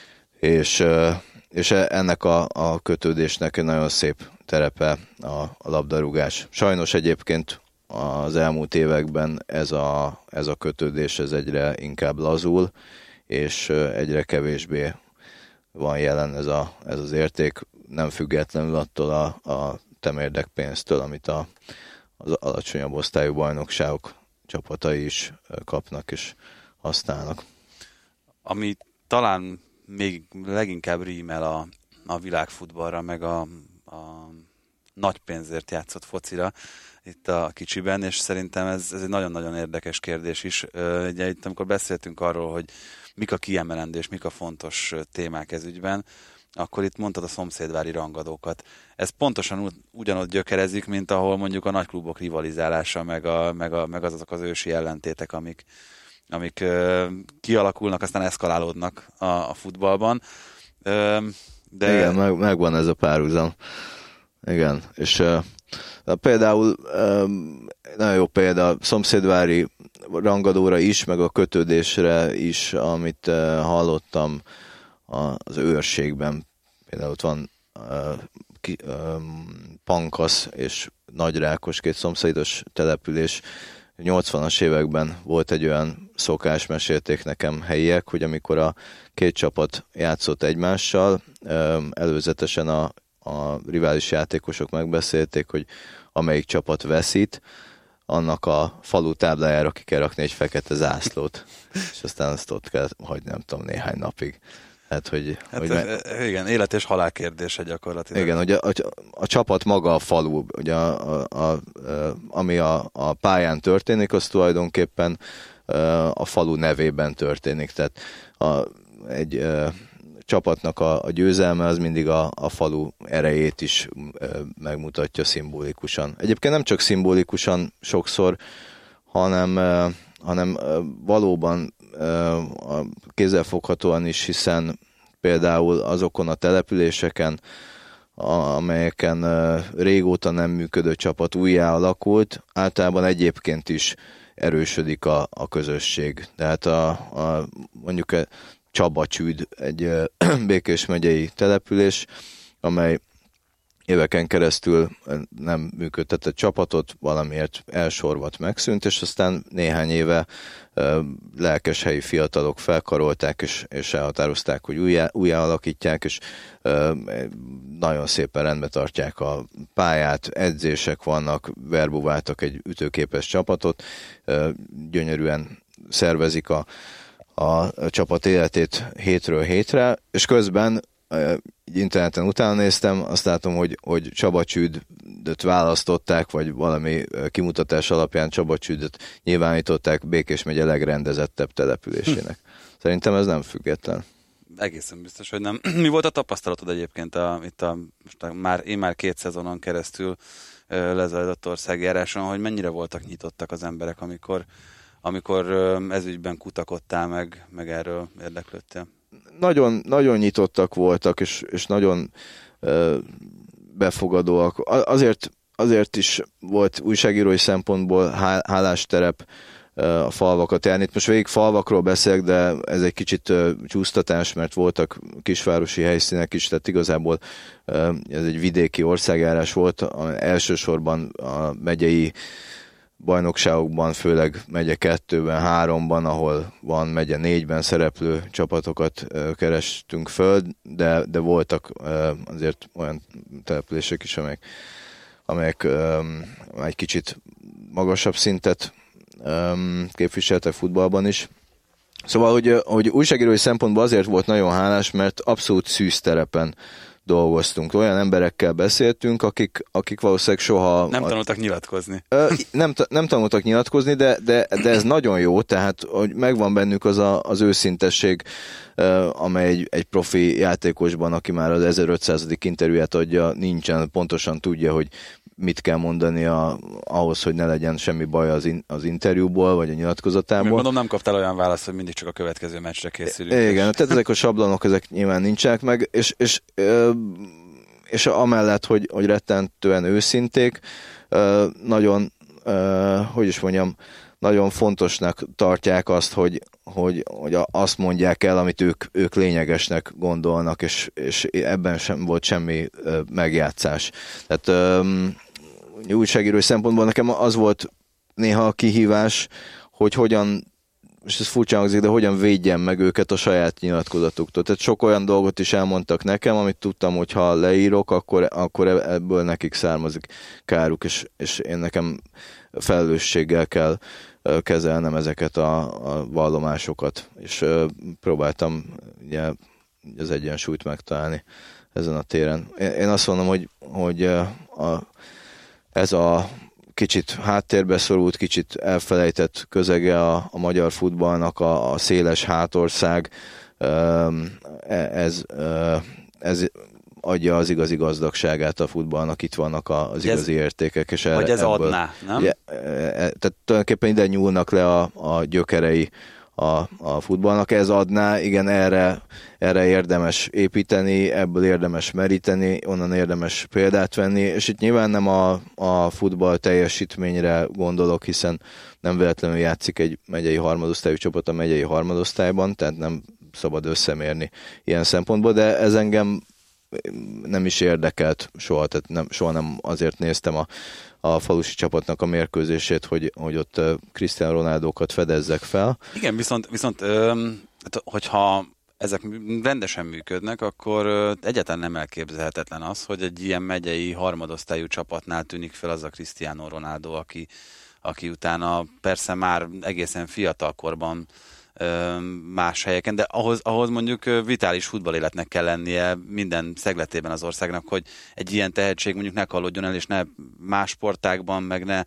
és ennek a kötődésnek egy nagyon szép terepe a labdarúgás. Sajnos egyébként az elmúlt években ez a kötődés egyre inkább lazul, és egyre kevésbé van jelen ez az érték, nem függetlenül attól a temérdek pénztől, amit az alacsonyabb osztályú bajnokságok csapatai is kapnak és használnak. Ami talán még leginkább rímel a világfutballra, meg a nagy pénzért játszott focira itt a kicsiben, és szerintem ez egy nagyon-nagyon érdekes kérdés is. Ugye itt, amikor beszéltünk arról, hogy mik a kiemelendő és mik a fontos témák ez ügyben, akkor itt mondtad a szomszédvári rangadókat. Ez pontosan ugyanott gyökerezik, mint ahol mondjuk a nagyklubok rivalizálása, meg azok az ősi ellentétek, amik kialakulnak, aztán eszkalálódnak a futballban. De... Igen, megvan ez a párhuzam. Igen, és például nagyon jó példa a szomszédvári rangadóra is, meg a kötődésre is, amit hallottam az őrségben. Például ott van Pankasz és Nagyrákos, két szomszédos település. 80-as években volt egy olyan szokás, mesélték nekem helyiek, hogy amikor a két csapat játszott egymással, előzetesen a rivális játékosok megbeszélték, hogy amelyik csapat veszít, annak a falu táblájára ki kell rakni egy fekete zászlót, és aztán azt ott kell hagyni, nem tudom, néhány napig. Igen, élet és halál kérdése gyakorlatilag. Igen, hogy a csapat maga a falu, ugye ami a pályán történik, az tulajdonképpen a falu nevében történik. Tehát egy csapatnak a győzelme az mindig a falu erejét is megmutatja szimbolikusan. Egyébként nem csak szimbolikusan sokszor, hanem valóban kézzelfoghatóan is, hiszen például azokon a településeken, amelyeken régóta nem működő csapat újjá alakult, általában egyébként is erősödik a közösség. Tehát mondjuk Csabacsűd egy Békés megyei település, amely éveken keresztül nem működtetett csapatot, valamiért elsorvadt, megszűnt, és aztán néhány éve lelkes helyi fiatalok felkarolták, és elhatározták, hogy újjá alakítják, és nagyon szépen rendbe tartják a pályát, edzések vannak, verbuváltak egy ütőképes csapatot, gyönyörűen szervezik a csapat életét hétről hétre, és közben interneten utána néztem, azt látom, hogy Csabacsűdöt választották, vagy valami kimutatás alapján Csabacsűdöt nyilvánították Békés megye legrendezettebb településének. Szerintem ez nem független. Egészen biztos, hogy nem. Mi volt a tapasztalatod egyébként én már 2 szezonon keresztül lezajlott országjáráson, hogy mennyire voltak nyitottak az emberek, amikor ezügyben kutakodtál meg erről érdeklődtél? Nagyon, nagyon nyitottak voltak, és nagyon befogadóak. Azért is volt újságírói szempontból hálás terep a falvakat járni. Most végig falvakról beszélek, de ez egy kicsit csúsztatás, mert voltak kisvárosi helyszínek is, tehát igazából ez egy vidéki országjárás volt. Elsősorban a megyei bajnokságokban, főleg megye 2-ben, 3-ban, ahol van megye 4-ben szereplő csapatokat kerestünk föl, de voltak azért olyan települések is, amelyek egy kicsit magasabb szintet képviseltek futballban is. Szóval, hogy újságírói szempontból azért volt nagyon hálás, mert abszolút szűz terepen dolgoztunk. Olyan emberekkel beszéltünk, akik valószínűleg soha... Nem tanultak nyilatkozni. Nem tanultak nyilatkozni, de ez nagyon jó, tehát hogy megvan bennük az őszintesség, amely egy profi játékosban, aki már az 1500. interjúját adja, nincsen, pontosan tudja, hogy mit kell mondani ahhoz, hogy ne legyen semmi baj az interjúból, vagy a nyilatkozatából. Mondom, nem kaptál olyan választ, hogy mindig csak a következő meccsre készülünk. Igen, tehát ezek a sablonok, ezek nyilván nincsenek meg, és amellett, hogy rettentően őszinték, nagyon, hogy is mondjam, nagyon fontosnak tartják azt, hogy azt mondják el, amit ők lényegesnek gondolnak, és ebben sem volt semmi megjátszás. Tehát újságírói szempontból nekem az volt néha a kihívás, hogy hogyan, és ez furcsán hangzik, de hogyan védjem meg őket a saját nyilatkozatuktól. Tehát sok olyan dolgot is elmondtak nekem, amit tudtam, hogy ha leírok, akkor ebből nekik származik káruk, és én nekem felelősséggel kell kezelnem ezeket a vallomásokat, és próbáltam ugye az egyensúlyt megtalálni ezen a téren. Én azt mondom, hogy ez a kicsit háttérbe szorult, kicsit elfelejtett közege a magyar futballnak, a széles hátország, ez adja az igazi gazdagságát a futballnak, itt vannak az igazi értékek. És vagy ez adná, nem? Tehát tulajdonképpen ide nyúlnak le a gyökerei a futballnak, ez adná, igen, erre érdemes építeni, ebből érdemes meríteni, onnan érdemes példát venni, és itt nyilván nem a futball teljesítményre gondolok, hiszen nem véletlenül játszik egy megyei harmadosztályú csapat a megyei harmadosztályban, tehát nem szabad összemérni ilyen szempontból, de ez engem nem is érdekelt soha, tehát soha nem azért néztem a falusi csapatnak a mérkőzését, hogy ott Cristiano Ronaldókat fedezzek fel. Igen, viszont hogyha ezek rendesen működnek, akkor egyáltalán nem elképzelhetetlen az, hogy egy ilyen megyei harmadosztályú csapatnál tűnik fel az a Cristiano Ronaldo, aki utána persze már egészen fiatalkorban más helyeken, de ahhoz mondjuk vitális futballéletnek kell lennie minden szegletében az országnak, hogy egy ilyen tehetség mondjuk ne kallódjon el, és ne más sportákban, meg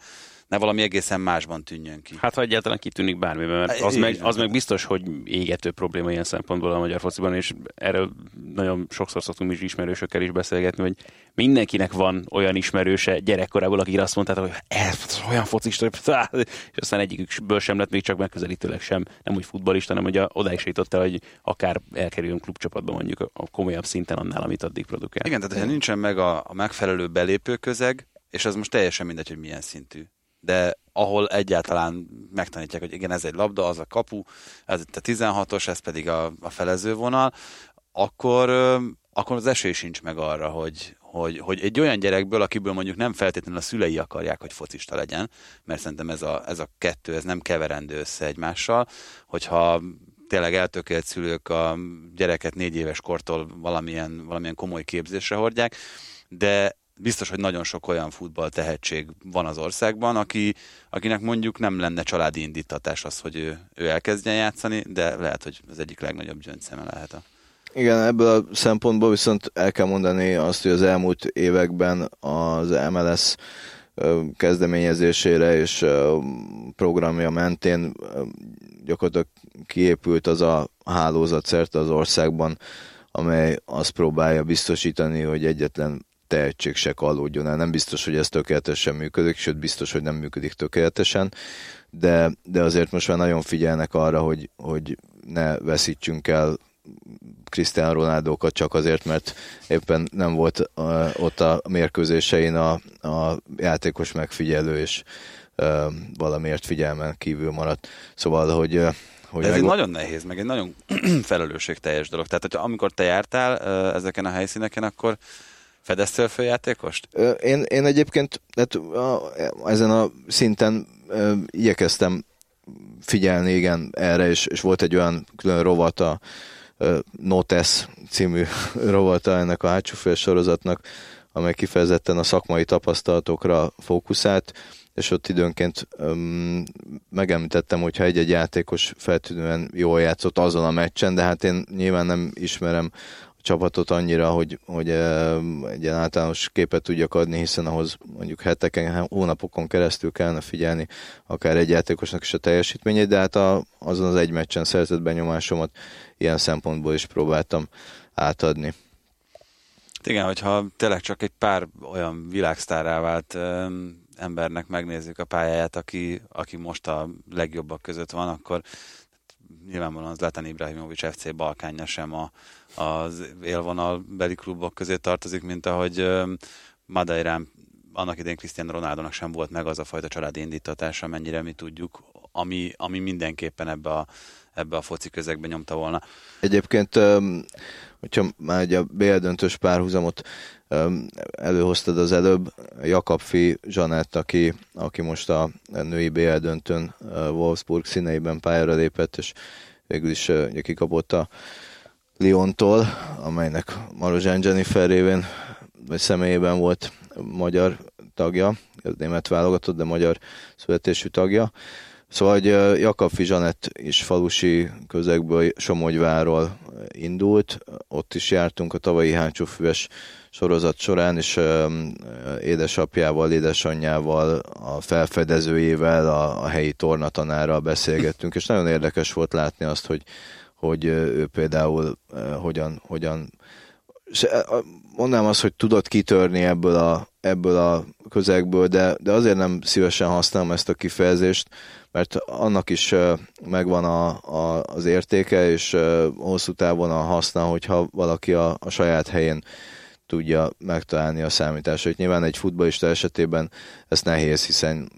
ne valami egészen másban tűnjön ki. Hát ha egyáltalán kitűnik bármiben, mert az meg biztos, hogy égető probléma ilyen szempontból a magyar fociban, és erről nagyon sokszor szoktunk is ismerősökkel is beszélgetni, hogy mindenkinek van olyan ismerőse gyerekkorából, akik azt mondták, hogy ez olyan focista, és aztán egyikükből sem lett még csak megközelítőleg sem, nem úgy futballista, hanem hogy odáig se jutott el, hogy akár elkerüljön klubcsapatba mondjuk a komolyabb szinten annál, amit addig produkál. Igen, tehát ha nincsen meg a megfelelő belépőközeg, és az most teljesen mindegy, hogy milyen szintű. De ahol egyáltalán megtanítják, hogy igen, ez egy labda, az a kapu, ez itt a 16-os, ez pedig a felezővonal, akkor az esély sincs meg arra, hogy egy olyan gyerekből, akiből mondjuk nem feltétlenül a szülei akarják, hogy focista legyen, mert szerintem ez a kettő, ez nem keverendő össze egymással, hogyha tényleg eltökélt szülők a gyereket 4 éves kortól valamilyen komoly képzésre hordják, de biztos, hogy nagyon sok olyan futball tehetség van az országban, akinek mondjuk nem lenne családi indítatás az, hogy ő elkezdjen játszani, de lehet, hogy az egyik legnagyobb gyöngyszeme lehet. Igen, ebből a szempontból viszont el kell mondani azt, hogy az elmúlt években az MLS kezdeményezésére és programja mentén gyakorlatilag kiépült az a hálózat szerte az országban, amely azt próbálja biztosítani, hogy egyetlen tehetség se kallódjon el. Nem biztos, hogy ez tökéletesen működik, sőt biztos, hogy nem működik tökéletesen, de azért most már nagyon figyelnek arra, hogy ne veszítsünk el Cristiano Ronaldókat csak azért, mert éppen nem volt ott a mérkőzésein a játékos megfigyelő, és valamiért figyelmen kívül maradt. Szóval, hogy ez egy nagyon nehéz, meg egy nagyon felelősségteljes dolog. Tehát, hogy amikor te jártál ezeken a helyszíneken, akkor fedeztél föl játékost? Én egyébként ezen a szinten igyekeztem figyelni, igen, erre, és volt egy olyan külön rovat, a Notes című rovata ennek a hátsófél sorozatnak, amely kifejezetten a szakmai tapasztalatokra fókuszált, és ott időnként megemlítettem, hogyha egy játékos feltűnően jól játszott azon a meccsen, de hát én nyilván nem ismerem a csapatot annyira, hogy egy ilyen általános képet tudjak adni, hiszen ahhoz mondjuk heteken, hónapokon keresztül kellene figyelni akár egy játékosnak is a teljesítményét, de hát azon az egy meccsen szerzett benyomásomat ilyen szempontból is próbáltam átadni. Igen, hogyha tényleg csak egy pár olyan világsztárrá vált embernek megnézzük a pályáját, aki most a legjobbak között van, akkor nyilvánvalóan az Zlatan Ibrahimović FC Balkánja sem az élvonalbeli klubok közé tartozik, mint ahogy Madeirán annak idején Cristiano Ronaldónak sem volt meg az a fajta családi indítatása, mennyire mi tudjuk, ami mindenképpen ebbe a foci közegbe nyomta volna. Egyébként, hogyha már egy a BL döntős párhuzamot előhoztad az előbb, Jakabfi Zsanett, aki most a női BL döntőn Wolfsburg színeiben pályára lépett, és végül is kikapott a Lyontól, amelynek Marozsán Jennifer révén, vagy személyében volt magyar tagja, ez német válogatott, de magyar születésű tagja. Szóval, hogy Jakabfi Zsanett is falusi közegből, Somogyváról indult, ott is jártunk a tavalyi hátsófüves sorozat során, és édesapjával, édesanyjával, a felfedezőjével, a helyi tornatanárral beszélgettünk, és nagyon érdekes volt látni azt, hogy ő például hogyan mondanám azt, hogy tudott kitörni ebből a közegből, de azért nem szívesen használom ezt a kifejezést, mert annak is megvan az értéke, és hosszú távon a haszna, hogyha valaki a saját helyén tudja megtalálni a számításait. Nyilván egy futballista esetében ez nehéz, hiszen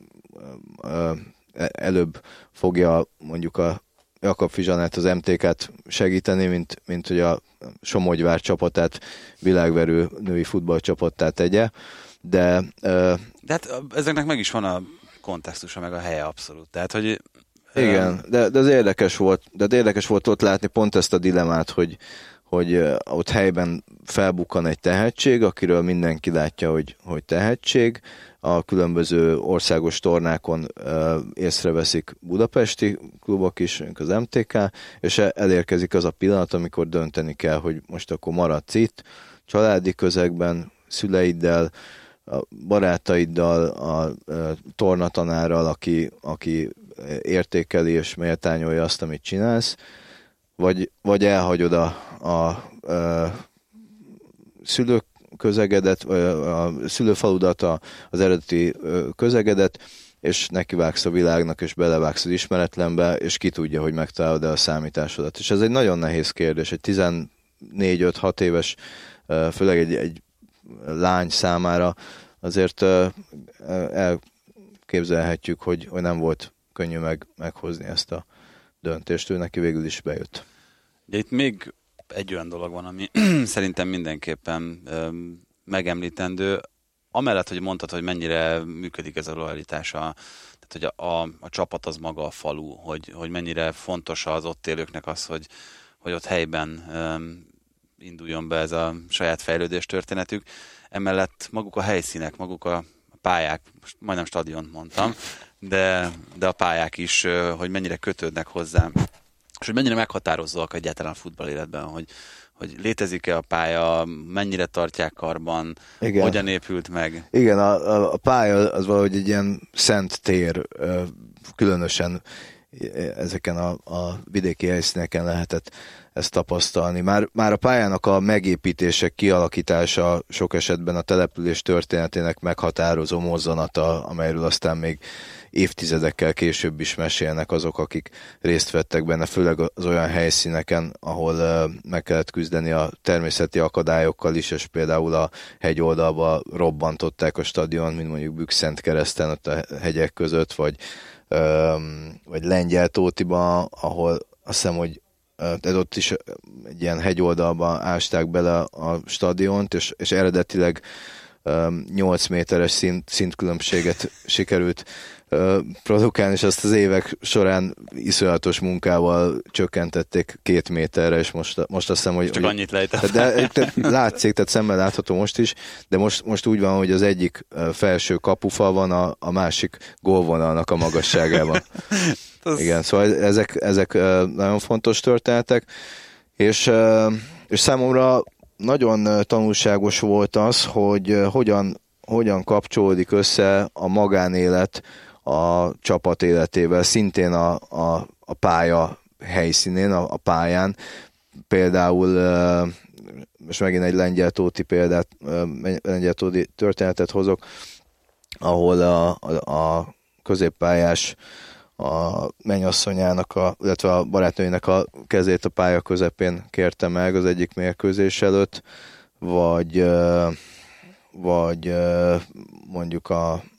előbb fogja mondjuk a Jakabfi Zsanett az MTK-t segíteni, mint hogy a Somogyvár csapatát világverő női futballcsapattá tegye, de hát ezeknek meg is van a kontextusa, meg a helye abszolút. Tehát, hogy igen, de az érdekes volt ott látni pont ezt a dilemmát, hogy ott helyben felbukkan egy tehetség, akiről mindenki látja, hogy tehetség, a különböző országos tornákon észreveszik budapesti klubok is, az MTK, és elérkezik az a pillanat, amikor dönteni kell, hogy most akkor maradsz itt, családi közegben, szüleiddel, barátaiddal, a tornatanárral, aki értékeli és méltányolja azt, amit csinálsz, vagy elhagyod a szülőközegedet, a szülőfaludat, az eredeti közegedet, és nekivágsz a világnak, és belevágsz az ismeretlenbe, és ki tudja, hogy megtalálod-e a számításodat. És ez egy nagyon nehéz kérdés, egy 14-5-6 éves, főleg egy lány számára azért elképzelhetjük, hogy nem volt könnyű meghozni ezt a döntést, ő neki végül is bejött. De itt még egy olyan dolog van, ami szerintem mindenképpen megemlítendő, amellett, hogy mondtad, hogy mennyire működik ez a lojalitás, tehát hogy a csapat az maga a falu, hogy mennyire fontos az ott élőknek az, hogy ott helyben induljon be ez a saját fejlődés történetük. Emellett maguk a helyszínek, maguk a pályák, most majdnem stadiont mondtam, de a pályák is, hogy mennyire kötődnek hozzám, és hogy mennyire meghatározóak egyáltalán a futball életben, hogy létezik-e a pálya, mennyire tartják karban, igen. Hogyan épült meg. Igen, a pálya az valahogy egy ilyen szent tér, különösen ezeken a vidéki helyszíneken lehetett ezt tapasztalni. Már a pályának a megépítése, kialakítása sok esetben a település történetének meghatározó mozzanata, amelyről aztán még évtizedekkel később is mesélnek azok, akik részt vettek benne, főleg az olyan helyszíneken, ahol meg kellett küzdeni a természeti akadályokkal is, és például a hegyoldalba robbantották a stadion, mint mondjuk Bükszentkereszten, ott a hegyek között, vagy Lengyeltótiba, ahol azt hiszem, hogy ott is egy ilyen hegyoldalba ásták bele a stadiont, és eredetileg 8 méteres szintkülönbséget sikerült produkálni, és azt az évek során iszonyatos munkával csökkentették 2 méterre, és most azt hiszem, hogy... Csak annyit lejtett. De látszik, tehát szemmel látható most is, de most úgy van, hogy az egyik felső kapufal van, a másik gólvonalnak a magasságában. Igen, szóval ezek nagyon fontos történetek, és számomra nagyon tanulságos volt az, hogy hogyan kapcsolódik össze a magánélet a csapat életével, szintén a pálya helyszínén, a pályán. Például, most megint egy lengyeltóti történetet hozok, ahol a középpályás a mennyasszonyának, illetve a barátnőjének a kezét a pálya közepén kérte meg az egyik mérkőzés előtt, vagy mondjuk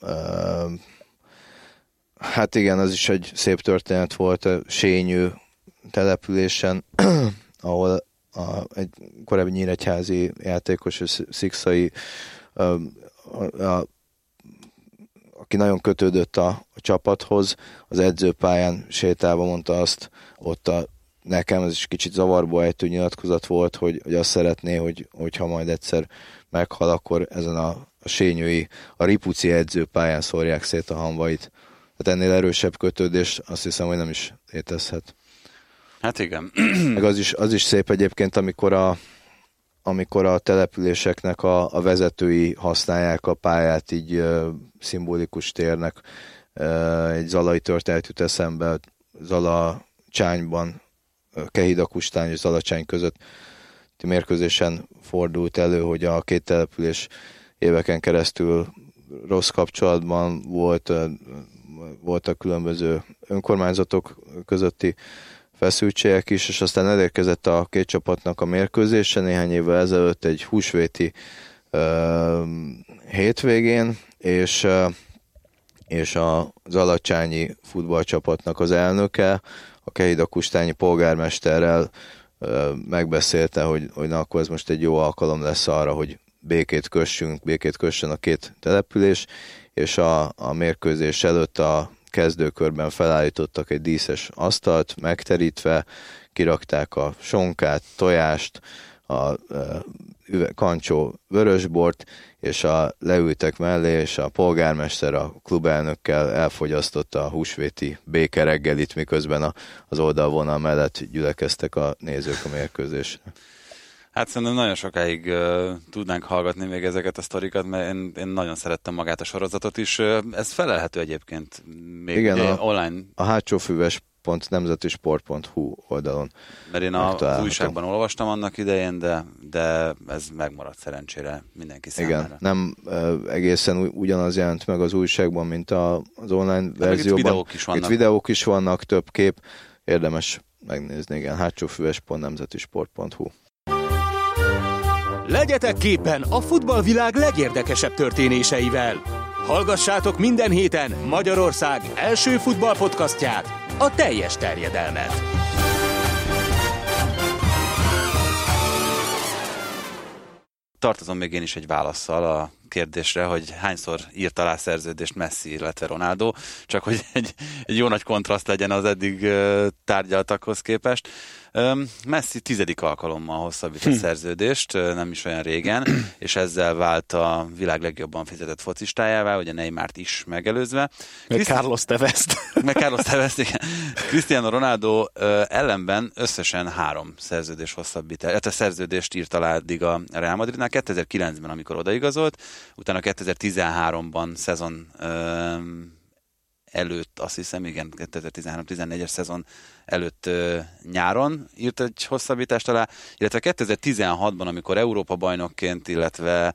hát igen, az is egy szép történet volt a Sényű településen, ahol egy korábbi nyíregyházi játékos, és Szikszai, aki nagyon kötődött a csapathoz, az edzőpályán sétálva mondta azt, ott nekem ez is kicsit zavarba ejtő nyilatkozat volt, hogy azt szeretné, hogyha majd egyszer meghal, akkor ezen a sényői, a Ripuci edzőpályán szórják szét a hamvait. Tehát ennél erősebb kötődés azt hiszem, hogy nem is létezhet. Hát igen. Meg az is szép egyébként, amikor a településeknek a vezetői használják a pályát így szimbolikus térnek. Egy zalai történet jut eszembe, Zalacsányban, Kehidakustány és Zalacsány között mérkőzésen fordult elő, hogy a két település éveken keresztül rossz kapcsolatban voltak különböző önkormányzatok közötti feszültségek is, és aztán elérkezett a két csapatnak a mérkőzése néhány évvel ezelőtt egy húsvéti hétvégén, és a zalacsányi futballcsapatnak az elnöke a kehidakustányi polgármesterrel megbeszélte, hogy na akkor ez most egy jó alkalom lesz arra, hogy békét kössön a két település, és a mérkőzés előtt a kezdőkörben felállítottak egy díszes asztalt, megterítve, kirakták a sonkát, tojást, a kancsó vörösbort, és leültek mellé, és a polgármester a klubelnökkel elfogyasztotta a húsvéti békereggelit, miközben az oldalvonal mellett gyülekeztek a nézők a mérkőzésre. Hát szerintem nagyon sokáig tudnánk hallgatni még ezeket a sztorikat, mert én nagyon szerettem magát a sorozatot is. Ez felelhető egyébként még igen, online. A hátsófüves.nemzetisport.hu oldalon. Mert én az újságban olvastam annak idején, de ez megmaradt szerencsére mindenki számára. Igen, nem egészen ugyanaz jelent meg az újságban, mint az online verzióban. Itt videók is vannak, több kép. Érdemes megnézni, igen, hátsófüves.nemzetisport.hu. Legyetek képen a futballvilág legérdekesebb történéseivel. Hallgassátok minden héten Magyarország első futballpodcastját, a Teljes terjedelmet. Tartozom még én is egy válasszal a kérdésre, hogy hányszor írt alá szerződést Messi, illetve Ronaldo, csak hogy egy jó nagy kontraszt legyen az eddig tárgyaltakhoz képest. Messi 10. alkalommal hosszabbított szerződést, nem is olyan régen, és ezzel vált a világ legjobban fizetett focistájává, ugye Neymart is megelőzve. Carlos Tevez-t. Meg Carlos Tevez-t, igen. Cristiano Ronaldo ellenben összesen 3 szerződést írt alá eddig a Real Madridnál. 2009-ben, amikor odaigazolt, utána 2013-ban szezon előtt, azt hiszem, igen, 2013-14-es szezon előtt nyáron írt egy hosszabbítást alá, illetve 2016-ban, amikor Európa bajnokként, illetve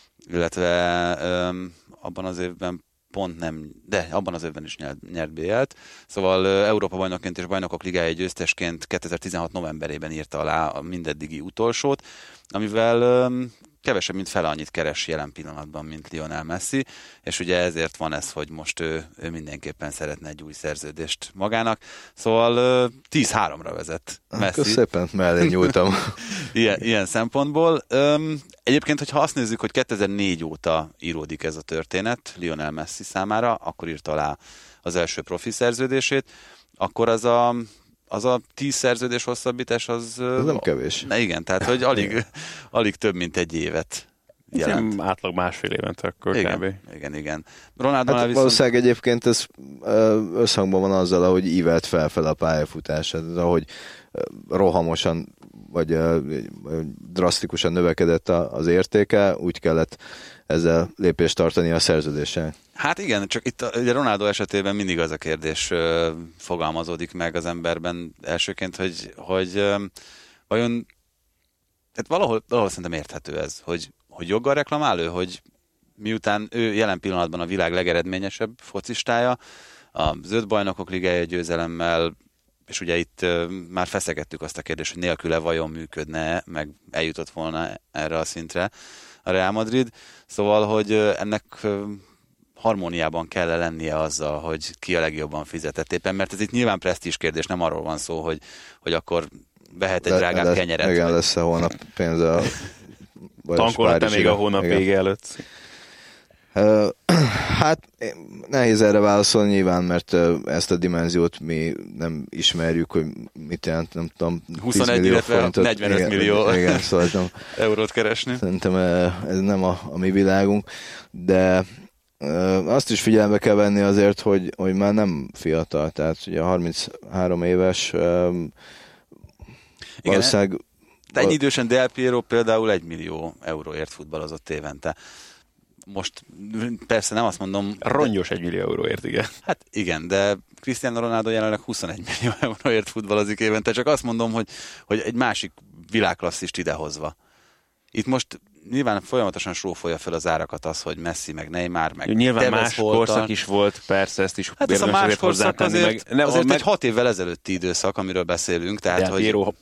abban az évben pont nem, de abban az évben is nyert BL-t. Szóval Európa bajnokként és Bajnokok Ligája győztesként 2016 novemberében írta alá a mindeddigi utolsót, amivel kevesebb, mint fele annyit keres jelen pillanatban, mint Lionel Messi, és ugye ezért van ez, hogy most ő mindenképpen szeretne egy új szerződést magának. Szóval 10-3-ra vezet Messi. Köszönöm szépen, mellé nyúltam. ilyen szempontból. Egyébként, hogyha azt nézzük, hogy 2004 óta íródik ez a történet Lionel Messi számára, akkor írta alá az első profi szerződését, akkor az a 10 szerződés hosszabbítás az nem kevés. Igen, tehát hogy alig több, mint egy évet jelent. Átlag másfél évente akkor kb. Igen. Ronaldonál viszont... Valószínűleg egyébként ez összhangban van azzal, ahogy ívelt felfel a pályafutását, ahogy rohamosan vagy drasztikusan növekedett az értéke, úgy kellett ezzel lépést tartani a szerződéssel. Hát igen, csak itt ugye Ronaldo esetében mindig az a kérdés fogalmazódik meg az emberben elsőként, hogy vajon, tehát valahol szerintem érthető ez, hogy joggal reklamál ő, hogy miután ő jelen pillanatban a világ legeredményesebb focistája, az 5 bajnokok ligája győzelemmel, és ugye itt már feszegettük azt a kérdést, hogy nélküle vajon működne, meg eljutott volna erre a szintre a Real Madrid. Szóval, hogy ennek harmóniában kell lennie azzal, hogy ki a legjobban fizetett éppen, mert ez itt nyilván presztízs kérdés, nem arról van szó, hogy akkor vehet egy drágább kenyeret. Igen, lesz-e holnap pénz a tankolhat-e még a hónap vége előtt? Hát nehéz erre válaszolni nyilván, mert ezt a dimenziót mi nem ismerjük, hogy mit jelent, nem tudom, 21, illetve forintot, 45 millió szóval eurót keresni. Szerintem ez nem a mi világunk, de azt is figyelembe kell venni azért, hogy már nem fiatal, tehát ugye 33 éves valószínűleg... De ennyi idősen Del Piero például 1 millió euróért futballozott évente. Most persze nem azt mondom... Rongyos 1 millió euróért, igen. Hát igen, de Cristiano Ronaldo jelenleg 21 millió euróért futballozik évente, csak azt mondom, hogy egy másik világklasszist idehozva. Itt most nyilván folyamatosan srófolja fel az árakat az, hogy Messi, meg Neymar, meg nyilván Tevez más korszak is volt, persze, ezt is hát ez a más korszak azért egy 6 évvel ezelőtti időszak, amiről beszélünk, tehát hogy... Piero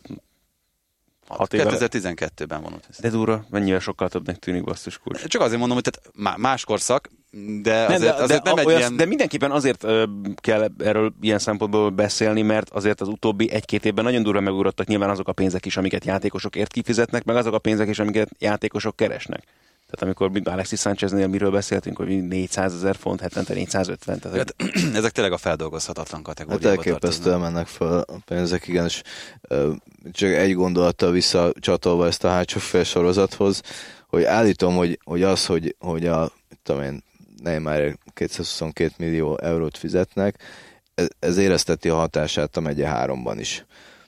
2012-ben vonult. De durva, mennyivel sokkal többnek tűnik, basszus kulcs. Csak azért mondom, hogy tehát más korszak, de azért nem egy ilyen... De mindenképpen azért kell erről ilyen szempontból beszélni, mert azért az utóbbi 1-2 évben nagyon durva megugrottak nyilván azok a pénzek is, amiket játékosokért kifizetnek, meg azok a pénzek is, amiket játékosok keresnek. Tehát amikor Alexis Sáncheznél miről beszéltünk, hogy 400 000 font, hetente 450. Tehát... Ezek tényleg a feldolgozhatatlan kategóriába tartoznak. Hát elképesztően mennek fel a pénzek, igen, és csak egy gondolattal visszacsatolva ezt a hátsó fél sorozathoz, hogy állítom, hogy az, hogy a Neymar 222 millió eurót fizetnek, ez érezteti a hatását a megye 3-ban is.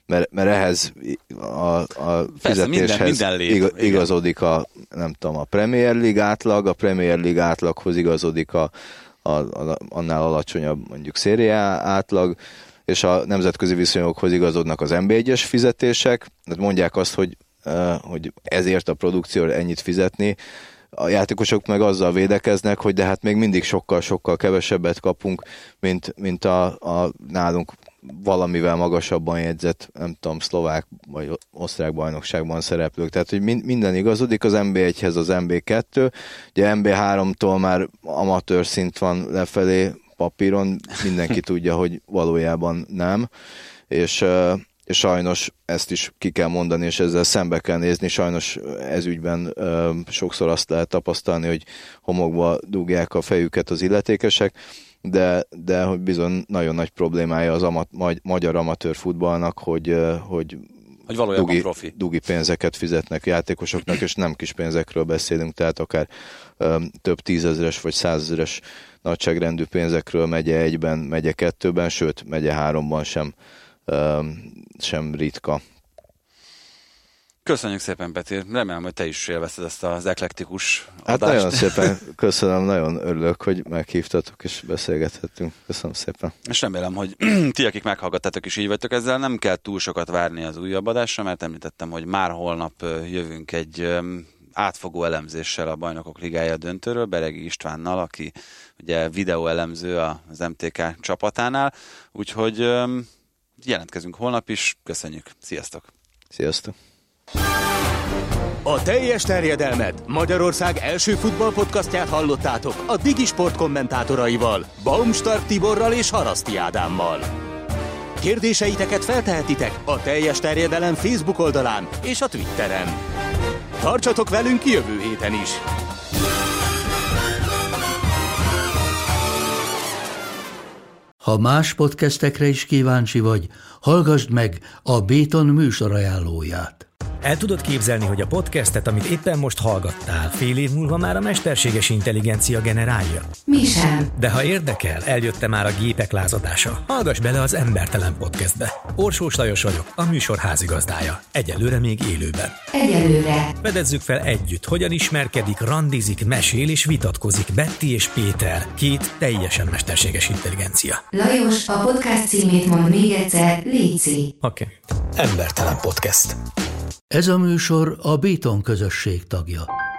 mert ehhez a fizetéshez igazodik a Premier League átlag, a Premier League átlaghoz igazodik annál alacsonyabb mondjuk Serie A átlag, és a nemzetközi viszonyokhoz igazodnak az NB1-es fizetések. Mondják azt, hogy ezért a produkcióra ennyit fizetni. A játékosok meg azzal védekeznek, hogy de hát még mindig sokkal kevesebbet kapunk, mint a nálunk valamivel magasabban jegyzett, nem tudom, szlovák vagy osztrák bajnokságban szereplők. Tehát, hogy minden igazodik az NB1-hez, az NB2. Ugye NB3-tól már amatőr szint van lefelé papíron, mindenki tudja, hogy valójában nem. És sajnos ezt is ki kell mondani, és ezzel szembe kell nézni. Sajnos ez ügyben sokszor azt lehet tapasztalni, hogy homokba dugják a fejüket az illetékesek, de hogy bizony nagyon nagy problémája az magyar amatőr futballnak, hogy dugi pénzeket fizetnek játékosoknak, és nem kis pénzekről beszélünk, tehát akár több 10 000-es vagy 100 000-es nagyságrendű pénzekről megye 1-ben, megye 2-ben, sőt megye 3-ban sem ritka. Köszönjük szépen, Peti. Remélem, hogy te is élvezted ezt az eklektikus adást. Hát nagyon szépen köszönöm, nagyon örülök, hogy meghívtatok és beszélgethettünk. Köszönöm szépen. És remélem, hogy ti, akik meghallgattátok is így vagytok ezzel, nem kell túl sokat várni az újabb adásra, mert említettem, hogy már holnap jövünk egy átfogó elemzéssel a Bajnokok Ligája döntőről, Beregi Istvánnal, aki ugye videóelemző az MTK csapatánál, úgyhogy jelentkezünk holnap is. Köszönjük. Sziasztok! Sziasztok! A teljes terjedelmet Magyarország első futballpodcastját hallottátok a Digi Sport kommentátoraival, Baumstark Tiborral és Haraszti Ádámmal. Kérdéseiteket feltehetitek a teljes terjedelem Facebook oldalán és a Twitteren. Tartsatok velünk jövő héten is! Ha más podcastekre is kíváncsi vagy, hallgassd meg a Béton műsor ajánlóját. El tudod képzelni, hogy a podcastet, amit éppen most hallgattál, fél év múlva már a mesterséges intelligencia generálja? Mi sem. De ha érdekel, eljött már a gépek lázadása. Hallgass bele az Embertelen Podcastbe. Orsós Lajos vagyok, a műsor házigazdája. Egyelőre még élőben. Egyelőre. Fedezzük fel együtt, hogyan ismerkedik, randizik, mesél és vitatkozik Betty és Péter, két teljesen mesterséges intelligencia. Lajos, a podcast címét mond még egyszer, léci. Oké. Embertelen Podcast. Ez a műsor a Béton közösség tagja.